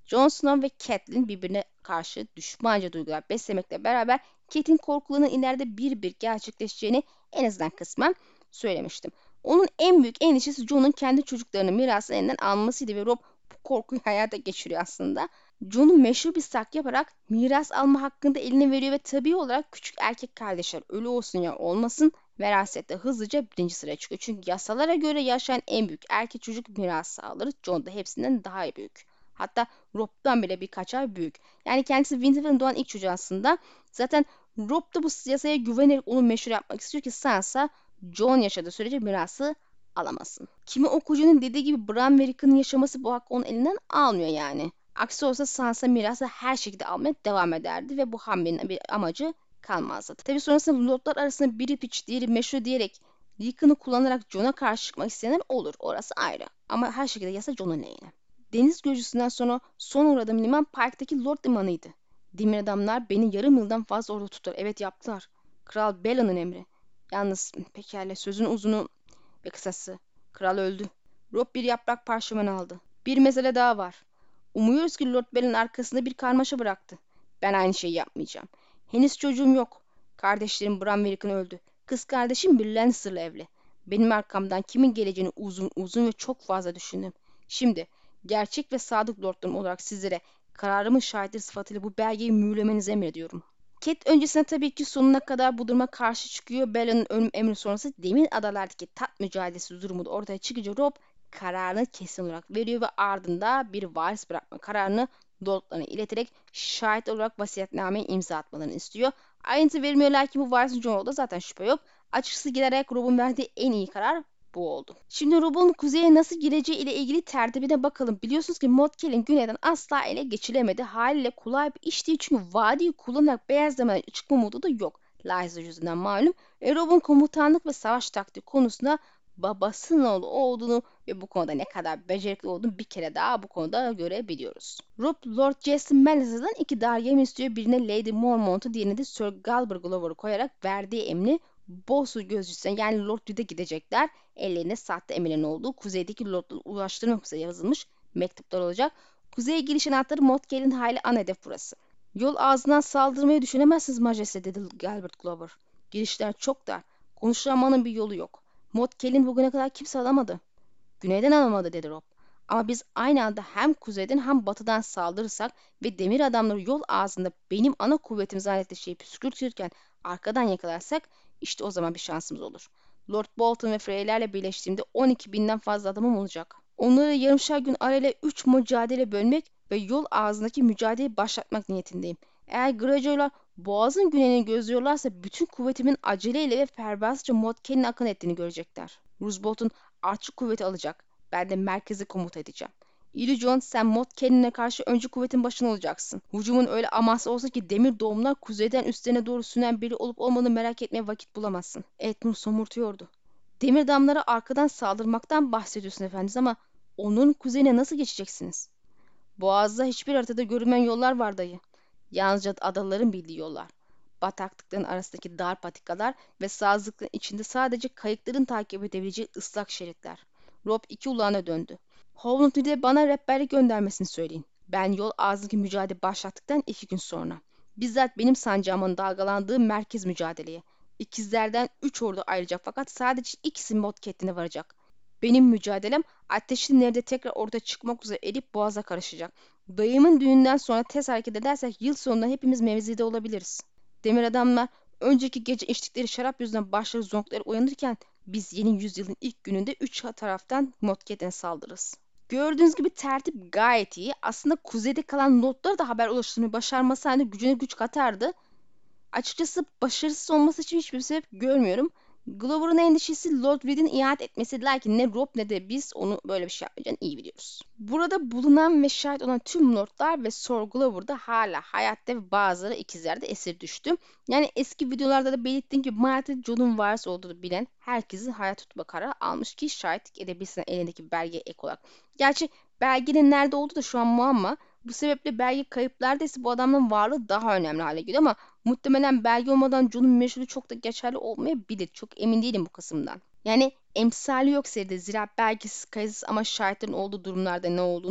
Jon Snow ve Catelyn birbirine karşı düşmanca duygular beslemekle beraber Catelyn korkularının ileride bir bir gerçekleşeceğini en azından kısmen söylemiştim. Onun en büyük endişesi Jon'un kendi çocuklarını mirasını elinden almasıydı ve Robb bu korkuyu hayata geçiriyor aslında. Jon'u meşhur bir sak yaparak miras alma hakkını da eline veriyor ve tabii olarak küçük erkek kardeşler ölü olsun ya olmasın verasette hızlıca birinci sıraya çıkıyor. Çünkü yasalara göre yaşayan en büyük erkek çocuk miras alır. Jon da hepsinden daha büyük. Hatta Robb'dan bile birkaç ay büyük. Yani kendisi Winterfell'in doğan ilk çocuğu aslında. Zaten Robb da bu yasaya güvenerek onu meşhur yapmak istiyor ki Sansa Jon yaşadığı sürece mirası alamasın. Kimi okuyucunun dediği gibi Bran ve Rickon'un yaşaması bu hakkı onun elinden almıyor yani. Aksi olsa Sansa mirası her şekilde almaya devam ederdi ve bu hamlenin bir amacı kalmazdı. Tabi sonrasında Lordlar arasında biri piç diğeri meşhur diyerek Rickon'u kullanarak Jon'a karşı çıkmak isteyenler olur. Orası ayrı. Ama her şekilde yasa Jon'un lehine. Deniz gözcüsünden sonra son uğradığım liman Park'taki Lord limanıydı. Demir adamlar beni yarım yıldan fazla orada tuttular. Evet yaptılar. Kral Bella'nın emri. Yalnız pekala sözün uzunu ve kısası. Kral öldü. Robb bir yaprak parşömen aldı. Bir mesele daha var. Umuyoruz ki Lord Bell'in arkasında bir karmaşa bıraktı. Ben aynı şeyi yapmayacağım. Henüz çocuğum yok. Kardeşlerim Bran ve Rickon öldü. Kız kardeşim bir Lannister'la evli. Benim arkamdan kimin geleceğini uzun uzun ve çok fazla düşündüm. Şimdi gerçek ve sadık lordlarım olarak sizlere kararımın şahitleri sıfatıyla bu belgeyi mühürlemenizi emrediyorum. Cat öncesinde tabii ki sonuna kadar bu duruma karşı çıkıyor. Bella'nın ölüm emri sonrası Demir Adalardaki tat mücadelesi durumu da ortaya çıkınca Robb kararını kesin olarak veriyor ve ardında bir varis bırakma kararını lordlarına ileterek şahit olarak vasiyetnameye imza atmalarını istiyor. Ayrıntı vermiyorlar ki bu varisin Jon olduğu zaten şüphe yok. Açıkçası giderek Robb'un verdiği en iyi karar bu oldu. Şimdi Robb'un kuzeye nasıl gireceği ile ilgili tertibine bakalım. Biliyorsunuz ki Montcal'in güneyden asla ele geçilemedi. Haliyle kolay bir iş değil çünkü vadiyi kullanarak beyazlamadan çıkma modu da yok. Lysa yüzünden malum. Robb'un komutanlık ve savaş taktiği konusunda babasının oğlu olduğunu ve bu konuda ne kadar becerikli olduğunu bir kere daha bu konuda görebiliyoruz. Robb Lord Jason Melisa'dan iki dargem istiyor. Birine Lady Mormont'u diğerine de Sir Galber Glover'ı koyarak verdiği emri Bossu gözcüsüne yani Lord Reed'e gidecekler. Ellerinde sahte emirlerin olduğu kuzeydeki lordları ulaştırmak üzere yazılmış mektuplar olacak. Kuzeye giriş anahtarı Montcal'in hayli ana hedef burası. Yol ağzından saldırmayı düşünemezsiniz majeste dedi Galbert Glover. Girişler çok dar. Konuşlanmanın bir yolu yok. Montcal'in bugüne kadar kimse alamadı. Güneyden alamadı dedi Robb. Ama biz aynı anda hem kuzeyden hem batıdan saldırırsak ve demir adamları yol ağzında benim ana kuvvetim zannettiği şeyi püskürtürken arkadan yakalarsak işte o zaman bir şansımız olur. Lord Bolton ve Frey'lerle birleştiğimde 12 binden fazla adamım olacak. Onları yarımşar gün arayla 3 mücadele bölmek ve yol ağzındaki mücadeleyi başlatmak niyetindeyim. Eğer Greyjoy'lar boğazın güneyini gözlüyorlarsa bütün kuvvetimin aceleyle ve pervasızca Montcal'in akın ettiğini görecekler. Roose Bolton artçı kuvveti alacak. Ben de merkezi komuta edeceğim. İri Jon sen Montcal'ine karşı öncü kuvvetin başına olacaksın. Hücumun öyle amaçlı olsa ki demir doğumlar kuzeyden üstlerine doğru sünen biri olup olmadığını merak etmeye vakit bulamazsın. Edmund somurtuyordu. Demir damlara arkadan saldırmaktan bahsediyorsun efendimiz ama onun kuzeyine nasıl geçeceksiniz? Boğaz'da hiçbir haritada görünmeyen yollar var dayı. Yalnızca adaların bildiği yollar. Bataklıkların arasındaki dar patikalar ve sazlıkların içinde sadece kayıkların takip edebileceği ıslak şeritler. Robb iki ulağına döndü. Howland Reed'e bana rehberlik göndermesini söyleyin. Ben yol ağzındaki mücadele başlattıktan 2 gün sonra. Bizzat benim sancağımın dalgalandığı merkez mücadeleye. İkizlerden 3 ordu ayrılacak fakat sadece ikisi Motket'ine varacak. Benim mücadelem ateşli nerede tekrar ortaya çıkmak üzere erip boğaza karışacak. Dayımın düğünden sonra tez hareket edersek yıl sonunda hepimiz mevzide olabiliriz. Demir adamlar önceki gece içtikleri şarap yüzünden başları zonkları uyanırken biz yeni yüzyılın ilk gününde 3 taraftan Motket'e saldırırız. Gördüğünüz gibi tertip gayet iyi. Aslında kuzeyde kalan notlara da haber ulaştırmayı başarması halinde gücüne güç katardı. Açıkçası başarısız olması için hiçbir sebep görmüyorum. Glover'ın endişesi Lord Reed'in ihanet etmesi lakin ne Robb ne de biz onu böyle bir şey yapmayacağını iyi biliyoruz. Burada bulunan ve şahit olan tüm lordlar ve Sir Glover'da hala hayatta ve bazıları ikizlerde esir düştü. Yani eski videolarda da belirttiğim gibi maalesef Jon'un varis olduğunu bilen herkesin hayat tutma kararı almış ki şahitlik edebilsin elindeki belge ek olarak. Gerçi belgenin nerede olduğu da şu an muamma. Bu sebeple belge kayıplardaysa bu adamın varlığı daha önemli hale geliyor ama muhtemelen belge olmadan Jon'un meşhuru çok da geçerli olmayabilir. Çok emin değilim bu kısımdan. Yani emsali yok seride zira belgesiz kayıtsız ama şahitlerin olduğu durumlarda ne olduğunun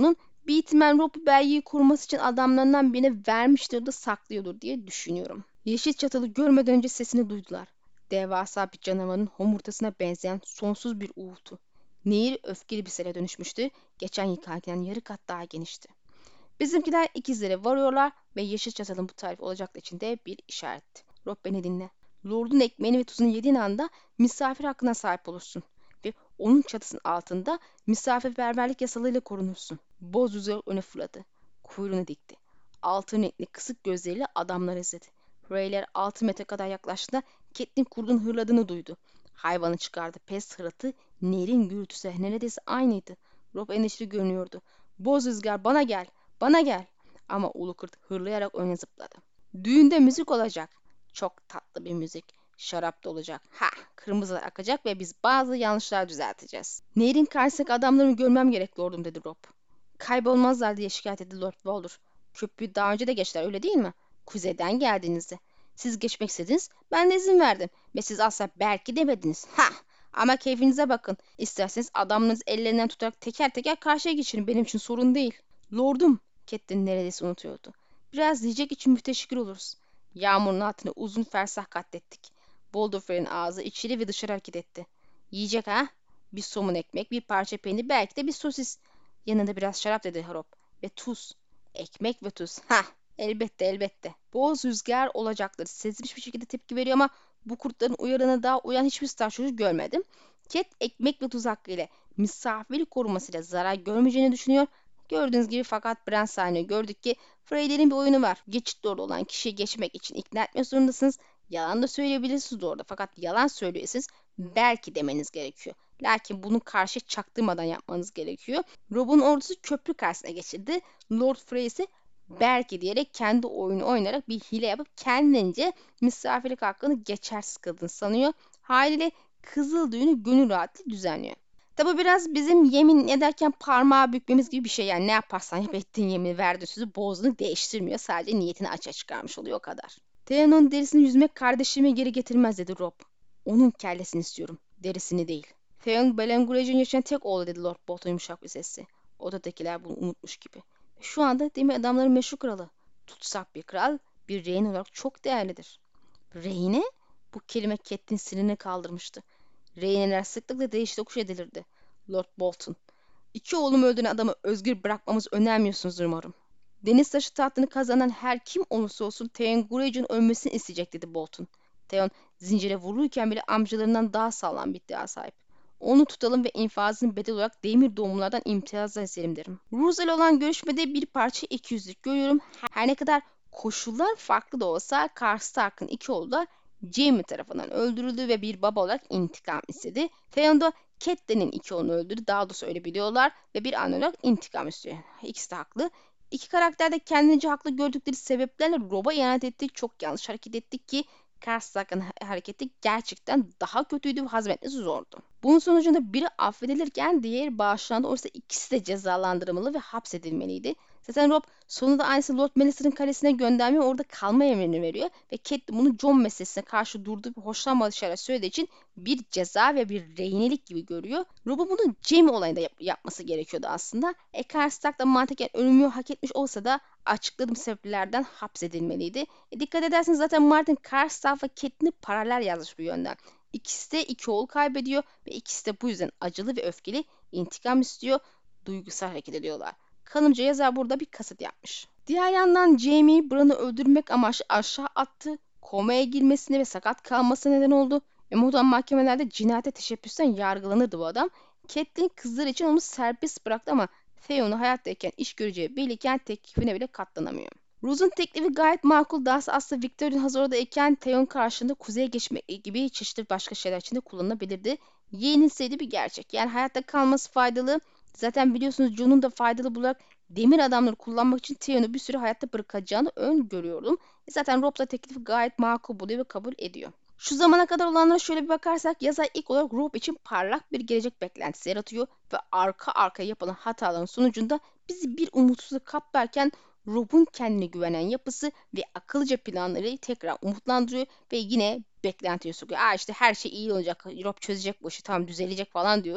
Bir ihtimal Rob bu belgeyi koruması için adamlarından birine vermiştir de saklıyordur diye düşünüyorum. Yeşil çatalı görmeden önce sesini duydular. Devasa bir canavarın homurtasına benzeyen sonsuz bir uğultu. Nehir öfkeli bir sele dönüşmüştü. Geçen yıkarken yarı kat daha genişti. Bizimkiler ikizlere varıyorlar ve yeşil çatalın bu tarif olacaklar için de bir işaretti. Rob beni dinle. Lord'un ekmeğini ve tuzunu yediğin anda misafir hakkına sahip olursun. Ve onun çatısının altında misafirperverlik yasalarıyla korunursun. Boz rüzgar öne fırladı. Kuyruğunu dikti. Altın renkli kısık gözleriyle adamları izledi. Reyler 6 metre kadar yaklaştığında Catelyn kurdun hırladığını duydu. Hayvanı çıkardı. Pes hırıltı Nehir'in gürültüsü neredeyse aynıydı. Rob endişeli görünüyordu. Boz rüzgar bana gel. Bana gel. Ama ulu kurt hırlayarak öne zıpladı. Düğünde müzik olacak. Çok tatlı bir müzik. Şarap da olacak. Ha, kırmızılar akacak ve biz bazı yanlışlar düzelteceğiz. Nehrin karşısındaki adamlarımı görmem gerek lordum dedi Rob. Kaybolmazlar diye şikayet etti Lord Boulder. Köprüyü daha önce de geçtiler öyle değil mi? Kuzeyden geldiğinizde. Siz geçmek istediniz, ben de izin verdim. Ve siz asla belki demediniz. Ha! Ama keyfinize bakın. İsterseniz adamlarınızı ellerinden tutarak teker teker karşıya geçirin. Benim için sorun değil. Lordum, Catelyn neredeyse unutuyordu. Biraz yiyecek için müteşekkir oluruz. Yağmurun altını uzun fersah katlettik. Boulderfrey'in ağzı içeri ve dışarı hareket etti. Yiyecek ha? Bir somun ekmek, bir parça peynir, belki de bir sosis. Yanında biraz şarap dedi Rob. Ve tuz. Ekmek ve tuz. Ha, elbette elbette. Boğaz rüzgar olacaktır. Sezmiş bir şekilde tepki veriyor ama bu kurtların uyarına daha uyan hiçbir star çocuğu görmedim. Cat ekmek ve tuz hakkıyla misafirlik korumasıyla zarar görmeyeceğini düşünüyor. Gördüğünüz gibi fakat Bran sahne gördük ki Freyler'in bir oyunu var. Geçit doğru olan kişiyi geçmek için ikna etmek zorundasınız. Yalan da söyleyebilirsiniz orada. Fakat yalan söylüyorsanız belki demeniz gerekiyor. Lakin bunu karşı çaktırmadan yapmanız gerekiyor. Rob'un ordusu köprü karşısına geçirdi. Lord Frey ise belki diyerek kendi oyunu oynayarak bir hile yapıp kendince misafirlik hakkını geçersiz kıldığını sanıyor. Haliyle kızıl düğünü gönül rahatlığı düzenliyor. Tabi biraz bizim yemin ederken parmağı bükmemiz gibi bir şey. Yani ne yaparsan yap ettiğin yemini verdiğin sözü bozduğunu değiştirmiyor. Sadece niyetini açığa çıkarmış oluyor o kadar. Theon'un derisini yüzmek kardeşimi geri getirmez dedi Rob. Onun kellesini istiyorum. Derisini değil. Theon Belengurage'in yaşayan tek oğlu dedi Lord Bolton yumuşak bir sesle. Odadakiler bunu unutmuş gibi. Şu anda demir adamların meşhur kralı. Tutsak bir kral, bir rehin olarak çok değerlidir. Rehine? Bu kelime Catelyn sinirini kaldırmıştı. Rehineler sıklıkla değiş tokuş edilirdi. Lord Bolton. İki oğlumu öldüren adamı özgür bırakmamızı önermiyorsunuz umarım. Deniz taşı tahtını kazanan her kim olursa olsun Theon Greyjoy'un ölmesini isteyecek dedi Bolton. Theon zincire vurulurken bile amcalarından daha sağlam bir iddia sahip. Onu tutalım ve infazını bedel olarak demir doğumlardan imtiyazla eselim derim. Ruzel olan görüşmede bir parça ikiyüzlük görüyorum. Her ne kadar koşullar farklı da olsa Karl Stark'ın iki oğlu da Jaime tarafından öldürüldü ve bir baba olarak intikam istedi. Theon da Catelyn'in iki oğlunu öldürdü. Daha doğrusu öyle biliyorlar ve bir anne olarak intikam istiyor. İkisi de haklı. İki karakter de kendince haklı gördükleri sebeplerle Rob'a ihanet etti. Çok yanlış hareket etti ki Karsak'ın hareketi gerçekten daha kötüydü ve hazmetmesi zordu. Bunun sonucunda biri affedilirken diğeri bağışlandı. Oysa ikisi de cezalandırılmalı ve hapsedilmeliydi. Zaten Rob sonunda aynısı Lord Meliser'ın kalesine göndermiyor. Orada kalma emrini veriyor. Ve Catelyn bunu Jon meselesine karşı durduğu ve hoşlanmadığı şeyler söylediği için bir ceza ve bir rehinelik gibi görüyor. Rob'un bunu Jaime olayında yapması gerekiyordu aslında. Eckard Stark da mantıken ölümü hak etmiş olsa da açıkladığım sebeplerden hapsedilmeliydi. Dikkat ederseniz zaten Martin Karstark ve Catelyn'i paralel yazmış bu yönden. İkisi de iki oğul kaybediyor ve ikisi de bu yüzden acılı ve öfkeli intikam istiyor, duygusal hareket ediyorlar. Kanımca yazar burada bir kasıt yapmış. Diğer yandan Jaime Bran'ı öldürmek amaçlı aşağı attı, komaya girmesine ve sakat kalmasına neden oldu. Ve modern mahkemelerde cinayete teşebbüsten yargılanırdı bu adam. Catelyn kızları için onu serbest bıraktı ama Theon'u hayattayken iş göreceği belliyken teklifine bile katlanamıyor. Rose'un teklifi gayet makul. Dahası aslında Victoria'nın hazır oradayken Theon karşında kuzeye geçmek gibi çeşitli başka şeyler için de kullanılabilirdi. Yeğenin sevdiği bir gerçek. Yani hayatta kalması faydalı. Zaten biliyorsunuz Jon'un da faydalı bularak demir adamları kullanmak için Theon'u bir süre hayatta bırakacağını öngörüyordum. Zaten Rob da teklifi gayet makul buluyor ve kabul ediyor. Şu zamana kadar olanlara şöyle bir bakarsak yazar ilk olarak Rob için parlak bir gelecek beklentisi yaratıyor ve arka arkaya yapılan hataların sonucunda bizi bir umutsuzluk kaplarken Rob'un kendine güvenen yapısı ve akıllıca planları tekrar umutlandırıyor ve yine beklentiye sokuyor. İşte her şey iyi olacak, Rob çözecek bu işi, tam düzelecek falan diyoruz.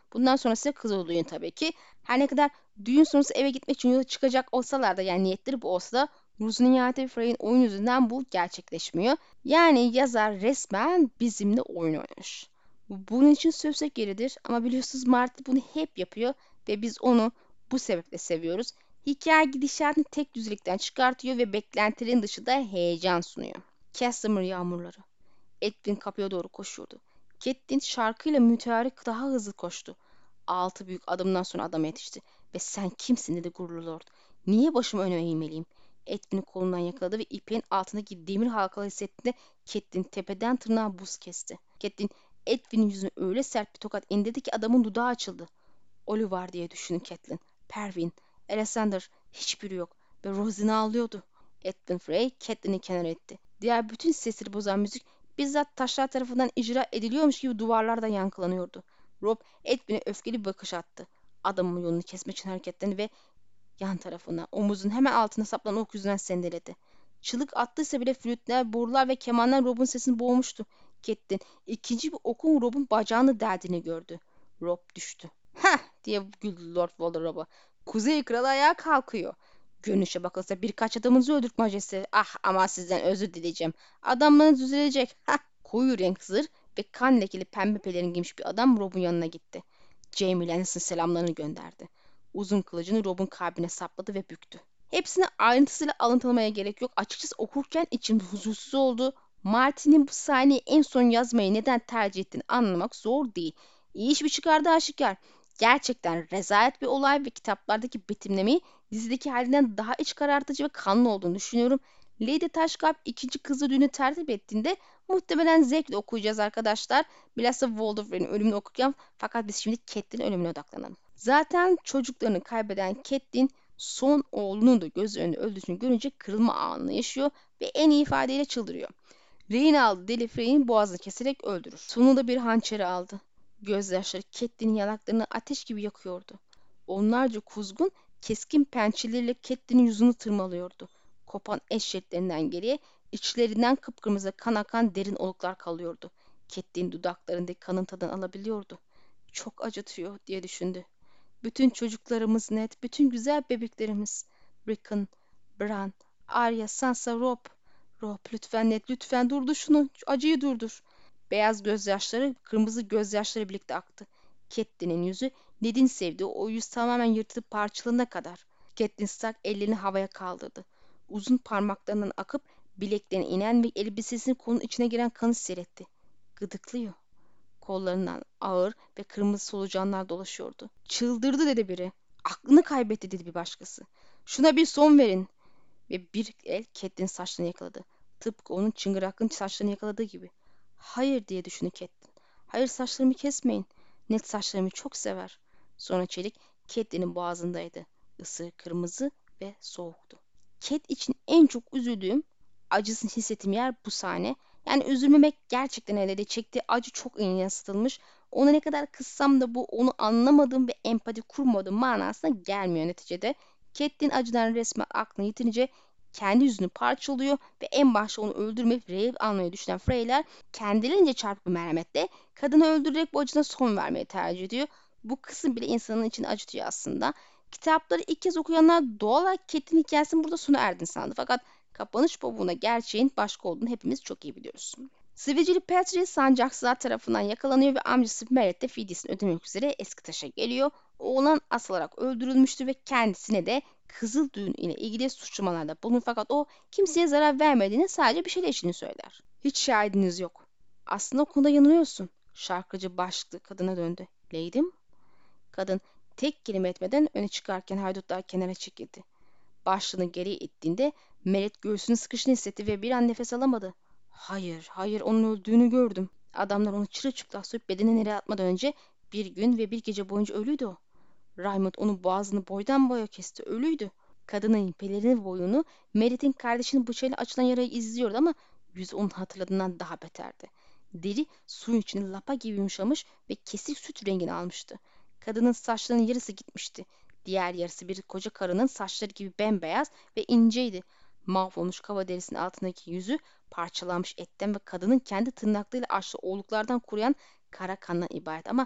Bundan sonrası kızıl düğün tabii ki. Her ne kadar düğün sonrası eve gitmek için yola çıkacak olsalar da yani niyetleri bu olsa da Rose'un nihayeti Frey'in oyun yüzünden bu gerçekleşmiyor. Yani yazar resmen bizimle oyun oynamış. Bunun için sövsek yeridir ama biliyorsunuz Marty bunu hep yapıyor ve biz onu bu sebeple seviyoruz. Hikaye gidişatını tek düzelikten çıkartıyor ve beklentilerin dışında heyecan sunuyor. Casimir yağmurları. Edwin kapıya doğru koşuyordu. Catelyn şarkıyla müteharik daha hızlı koştu. 6 büyük adımdan sonra adama yetişti. Ve sen kimsin dedi gururlu lord. Niye başımı öne eğmeliyim? Edwin'i kolundan yakaladı ve ipeğin altındaki demir halkalı hissettiğinde Catelyn tepeden tırnağa buz kesti. Catelyn Edwin'in yüzüne öyle sert bir tokat indirdi ki adamın dudağı açıldı. Oliver diye düşündü Catelyn. Pervin, Alexander hiçbiri yok ve Rosie ağlıyordu. Edwin Frey Catelyn'i kenara etti. Diğer bütün sesleri bozan müzik bizzat taşlar tarafından icra ediliyormuş gibi duvarlardan yankılanıyordu. Rob Edwin'e öfkeli bir bakış attı. Adamın yolunu kesmek için hareketlendi ve yan tarafına, omuzun hemen altına saplanan ok yüzünden sendeledi. Çığlık attıysa bile flütler, borular ve kemanlar Rob'un sesini boğmuştu. Catelyn ikinci bir okun Rob'un bacağını deldiğini gördü. Rob düştü. Heh diye güldü Lord Voldemort Rob'a. Kuzey Kralı ayağa kalkıyor. Görünüşe bakılsa birkaç adamınızı öldürdük majesteleri. Ah ama sizden özür dileyeceğim. Adamlarınız düzelecek. Hah. Koyu renk zırh ve kan lekeli pembe pelerin giymiş bir adam Rob'un yanına gitti. Jaime Lannister selamlarını gönderdi. Uzun kılıcını Rob'un kalbine sapladı ve büktü. Hepsini ayrıntısıyla alıntılamaya gerek yok. Açıkçası okurken içim huzursuz oldu. Martin'in bu sahneyi en son yazmayı neden tercih ettiğini anlamak zor değil. İyi iş bir çıkardığı aşikar. Gerçekten rezalet bir olay ve kitaplardaki betimlemeyi dizideki halinden daha iç karartıcı ve kanlı olduğunu düşünüyorum. Lady Taşkalp ikinci kızı düğünü tertip ettiğinde muhtemelen zevkle okuyacağız arkadaşlar. Bilhassa Voldemort'un ölümünü okurken fakat biz şimdi Catelyn'in ölümüne odaklanalım. Zaten çocuklarını kaybeden Catelyn son oğlunun da göz önünde öldüğünü görünce kırılma anını yaşıyor ve en iyi ifadeyle çıldırıyor. Rehin aldığı deli Frey'in boğazını keserek öldürür. Sonunda bir hançeri aldı. Gözyaşları Catelyn'in yanaklarını ateş gibi yakıyordu. Onlarca kuzgun keskin pençeleriyle Catelyn'in yüzünü tırmalıyordu. Kopan eşeklerinden geriye içlerinden kıpkırmızı kan akan derin oluklar kalıyordu. Catelyn dudaklarındaki kanın tadını alabiliyordu. Çok acıtıyor diye düşündü. Bütün çocuklarımız Ned, bütün güzel bebeklerimiz. Rickon, Bran, Arya, Sansa, Robb. Robb lütfen Ned lütfen durdur şunu. Şu acıyı durdur. Beyaz gözyaşları kırmızı gözyaşları birlikte aktı. Catelyn'in yüzü Ned'in sevdiği o yüz tamamen yırtılıp parçalanana kadar. Catelyn Stark ellerini havaya kaldırdı. Uzun parmaklarından akıp bileklerine inen ve elbisesinin kolunun içine giren kanı seyretti. Gıdıklıyor. Kollarından ağır ve kırmızı solucanlar dolaşıyordu. Çıldırdı dedi biri. Aklını kaybetti dedi bir başkası. Şuna bir son verin. Ve bir el Catelyn'in saçlarını yakaladı. Tıpkı onun çıngıraklı saçlarını yakaladığı gibi. Hayır diye düşündü Catelyn. Hayır saçlarımı kesmeyin. Ned saçlarımı çok sever. Sonra çelik Catelyn'in boğazındaydı. Isı kırmızı ve soğuktu. Cat için en çok üzüldüğüm, acısını hissettiğim yer bu sahne. Yani üzülmemek gerçekten öyle değil. Çektiği acı çok iyi yansıtılmış. Onu ne kadar kıssam da bu onu anlamadığım ve empati kurmadığım manasına gelmiyor neticede. Catelyn acıdan resmen aklını yitirince kendi yüzünü parçalıyor ve en başta onu öldürmeyip rehin almayı düşünen Freyler kendilerince çarpık bir merhametle kadını öldürerek bu acına son vermeyi tercih ediyor. Bu kısım bile insanın içini acıtıyor aslında. Kitapları ilk kez okuyanlar doğal olarak Catelyn hikayesinin burada sona erdiğini sandı. Fakat kapanış pabuğunda gerçeğin başka olduğunu hepimiz çok iyi biliyoruz. Sivilceli Patrick sancakçılar tarafından yakalanıyor ve amcası Mereth de fidyesini ödemek üzere Eskitaş'a geliyor. Oğlan asılarak öldürülmüştür ve kendisine de Kızıl Düğün ile ilgili suçlamalarda bulunur fakat o kimseye zarar vermediğini sadece bir şeyler için söyler. Hiç şahidiniz yok. Aslında o konuda yanılıyorsun. Şarkıcı başlıklı kadına döndü. Leydim? Kadın tek kelime etmeden öne çıkarken haydutlar kenara çekildi. Başlığını geriye ittiğinde Meret göğsünün sıkışını hissetti ve bir an nefes alamadı. Hayır, hayır onun öldüğünü gördüm. Adamlar onu çırılçıplak soyup bedenine nereye atmadan önce bir gün ve bir gece boyunca ölüydü o. Raymond onun boğazını boydan boya kesti, ölüydü. Kadının pelerini boyunu Meret'in kardeşinin bıçağıyla açılan yarayı izliyordu ama yüzü onun hatırladığından daha beterdi. Deri suyun içinde lapa gibi yumuşamış ve kesik süt rengini almıştı. Kadının saçlarının yarısı gitmişti. Diğer yarısı bir koca karının saçları gibi bembeyaz ve inceydi. Mahvolmuş kava derisinin altındaki yüzü parçalanmış etten ve kadının kendi tırnaklarıyla açtığı oğluklardan kuruyan kara kandan ibaret ama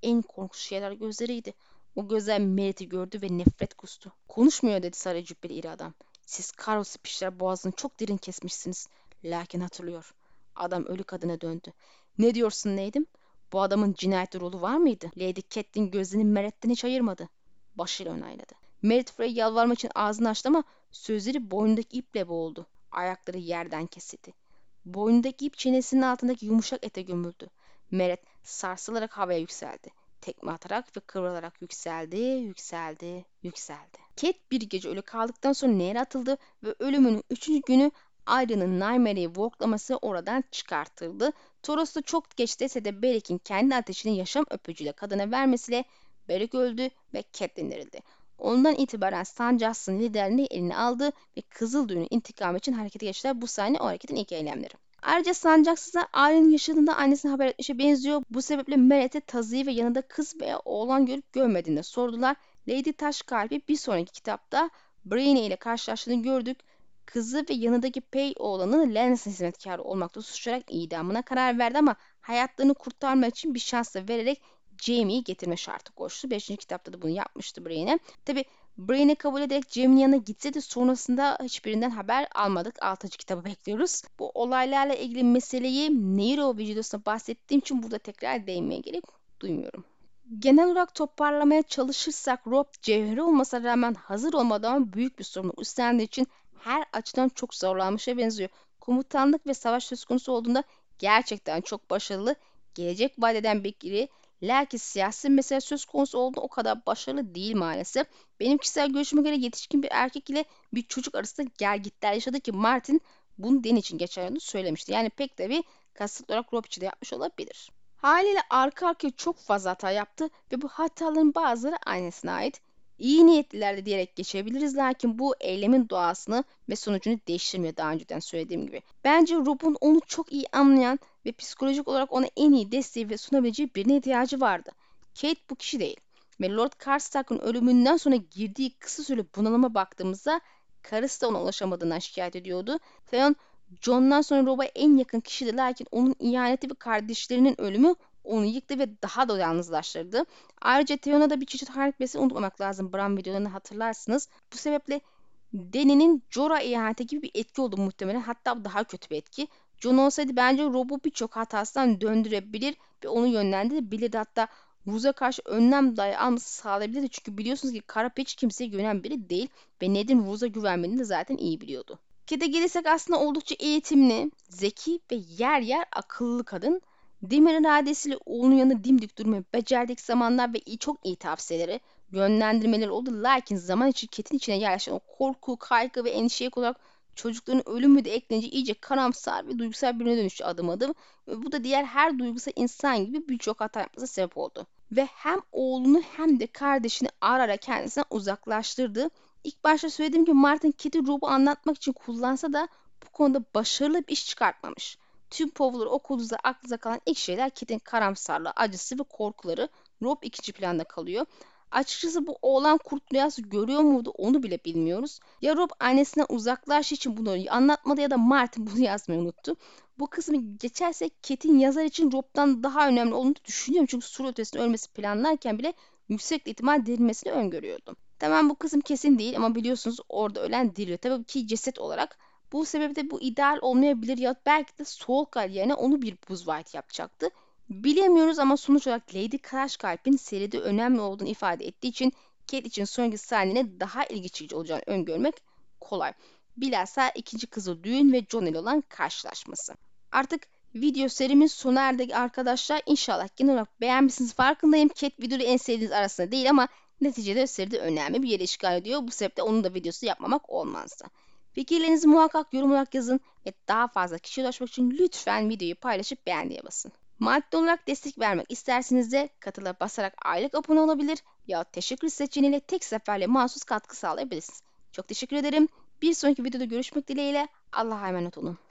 en korkunç şeyler gözleriydi. O gözler Meret'i gördü ve nefret kustu. Konuşmuyor dedi sarı cübbeli iri adam. Siz Carlos Pişler boğazını çok derin kesmişsiniz. Lakin hatırlıyor. Adam ölü kadına döndü. Ne diyorsun Nedim? Bu adamın cinayet rolü var mıydı? Lady Catelyn gözlerini Meret'ten hiç ayırmadı. Başıyla onayladı. Merit Frey yalvarmak için ağzını açtı ama sözleri boynundaki iple boğuldu. Ayakları yerden kesildi. Boynundaki ip çenesinin altındaki yumuşak ete gömüldü. Meret sarsılarak havaya yükseldi. Tekme atarak ve kıvrılarak yükseldi, yükseldi, yükseldi. Cat bir gece ölü kaldıktan sonra nehre atıldı ve ölümünün 3. günü Aryan'ın Nymere'yi worklaması oradan çıkartıldı. Toros da çok geç dese de Beric'in kendi ateşini yaşam öpücüyle kadına vermesiyle Beric öldü ve Catelyn'lerildi. Ondan itibaren Sanjas'ın liderliğini eline aldı ve Kızıl Düğün'ün intikamı için harekete geçtiler. Bu sahne o hareketin ilk eylemleri. Ayrıca Sancaksız'a Arya'nın yaşadığında annesine haber etmişe benziyor. Bu sebeple Meret'e Tazı'yı ve yanında kız veya oğlan görüp görmediğini sordular. Lady Taşkalp'i bir sonraki kitapta Brienne ile karşılaştığını gördük. Kızı ve yanındaki Pey oğlanın Lannister hizmetkarı olmakta suçlayarak idamına karar verdi ama hayatlarını kurtarmak için bir şans da vererek Jaime'yi getirme şartı koştu. 5. kitapta da bunu yapmıştı Brienne. Tabi Brienne kabul ederek Jaime'nin yanına gitse de sonrasında hiçbirinden haber almadık. 6. kitabı bekliyoruz. Bu olaylarla ilgili meseleyi Nero videosunda bahsettiğim için burada tekrar değinmeye gerek duymuyorum. Genel olarak toparlamaya çalışırsak Robb cevheri olmasına rağmen hazır olmadan büyük bir sorumluluk üstlendiği için her açıdan çok zorlanmışa benziyor. Komutanlık ve savaş söz konusu olduğunda gerçekten çok başarılı, gelecek vadeden bekleri, lakin siyasi mesele söz konusu olduğunda o kadar başarılı değil maalesef. Benim kişisel görüşüme göre yetişkin bir erkek ile bir çocuk arasında gelgitler yaşadı ki Martin bunu Dany için geçerli söylemişti. Yani pek de bir kasıtlı olarak Robb için de yapmış olabilir. Haliyle arka arkaya çok fazla hata yaptı ve bu hataların bazıları annesine ait. İyi niyetliler de diyerek geçebiliriz lakin bu eylemin doğasını ve sonucunu değiştirmiyor daha önceden söylediğim gibi. Bence Robb'un onu çok iyi anlayan ve psikolojik olarak ona en iyi desteği ve sunabileceği birine ihtiyacı vardı. Kate bu kişi değil. Ve Lord Karstark'ın ölümünden sonra girdiği kısa süreli bunalıma baktığımızda karısı da ona ulaşamadığından şikayet ediyordu. Theon Jon'dan sonra Robb'a en yakın kişiydi lakin onun ihaneti ve kardeşlerinin ölümü onu yıktı ve daha da yalnızlaştırdı. Ayrıca Theon'a da bir çeşit hakaret etmesini unutmamak lazım. Bran videolarını hatırlarsınız. Bu sebeple Dany'nin Jorah'a ihaneti gibi bir etki oldu muhtemelen. Hatta daha kötü bir etki. Jon olsaydı bence Robb'u birçok hatasından döndürebilir ve onu yönlendirebilirdi. Hatta Rooz'a karşı önlem dahi alması sağlayabilirdi. Çünkü biliyorsunuz ki Karap hiç kimseye güvenen biri değil ve Ned'in Rooz'a güvenmediğini de zaten iyi biliyordu. Kid'e gelirsek aslında oldukça eğitimli, zeki ve yer yer akıllı kadın. Demir iradesiyle oğlunun yanında dimdik durmayı becerdik zamanlar ve çok iyi tavsiyeleri, yönlendirmeleri oldu. Lakin zaman için Kit'in içine yerleşen o korku, kaygı ve endişeye olarak çocukların ölümü de eklenince iyice karamsar ve duygusal birine dönüştü adım adım. Ve bu da diğer her duygusal insan gibi birçok hata yapmasına sebep oldu. Ve hem oğlunu hem de kardeşini ara ara kendisinden uzaklaştırdı. İlk başta söylediğim gibi Martin Kitty Rob'u anlatmak için kullansa da bu konuda başarılı bir iş çıkartmamış. Tüm Powler okulunuzda aklınıza kalan ilk şeyler Kit'in karamsarlığı, acısı ve korkuları. Rob ikinci planda kalıyor. Açıkçası bu oğlan kurt rüyası görüyor muydu onu bile bilmiyoruz. Ya Rob annesinden uzaklaştığı için bunu anlatmadı ya da Martin bunu yazmayı unuttu. Bu kısmı geçersek Kit'in yazar için Rob'dan daha önemli olduğunu düşünüyorum. Çünkü sur ötesinde ölmesi planlarken bile yüksek ihtimal dirilmesini öngörüyordum. Tamam bu kısım kesin değil ama biliyorsunuz orada ölen diriliyor. Tabii ki ceset olarak. Bu sebeple bu ideal olmayabilir ya belki de Soulgull yerine onu bir Buzz White yapacaktı. Bilemiyoruz ama sonuç olarak Lady Crashkalp'in seride önemli olduğunu ifade ettiği için Cate için sonraki sahnenin daha ilgi çekici olacağını öngörmek kolay. Bilhassa ikinci kızıl düğün ve Jon ile olan karşılaşması. Artık video serimin sona erdi arkadaşlar. İnşallah genel olarak beğenmişsiniz. Farkındayım Cate videoyu en sevdiğiniz arasında değil ama neticede seride önemli bir yere işgal ediyor. Bu sebeple onun da videosu yapmamak olmazdı. Fikirlerinizi muhakkak yorum olarak yazın ve daha fazla kişiye ulaşmak için lütfen videoyu paylaşıp beğendiye basın. Maddi olarak destek vermek isterseniz de katıla basarak aylık abone olabilir ya teşekkür seçeneğiyle tek seferle mahsus katkı sağlayabilirsiniz. Çok teşekkür ederim. Bir sonraki videoda görüşmek dileğiyle. Allah'a emanet olun.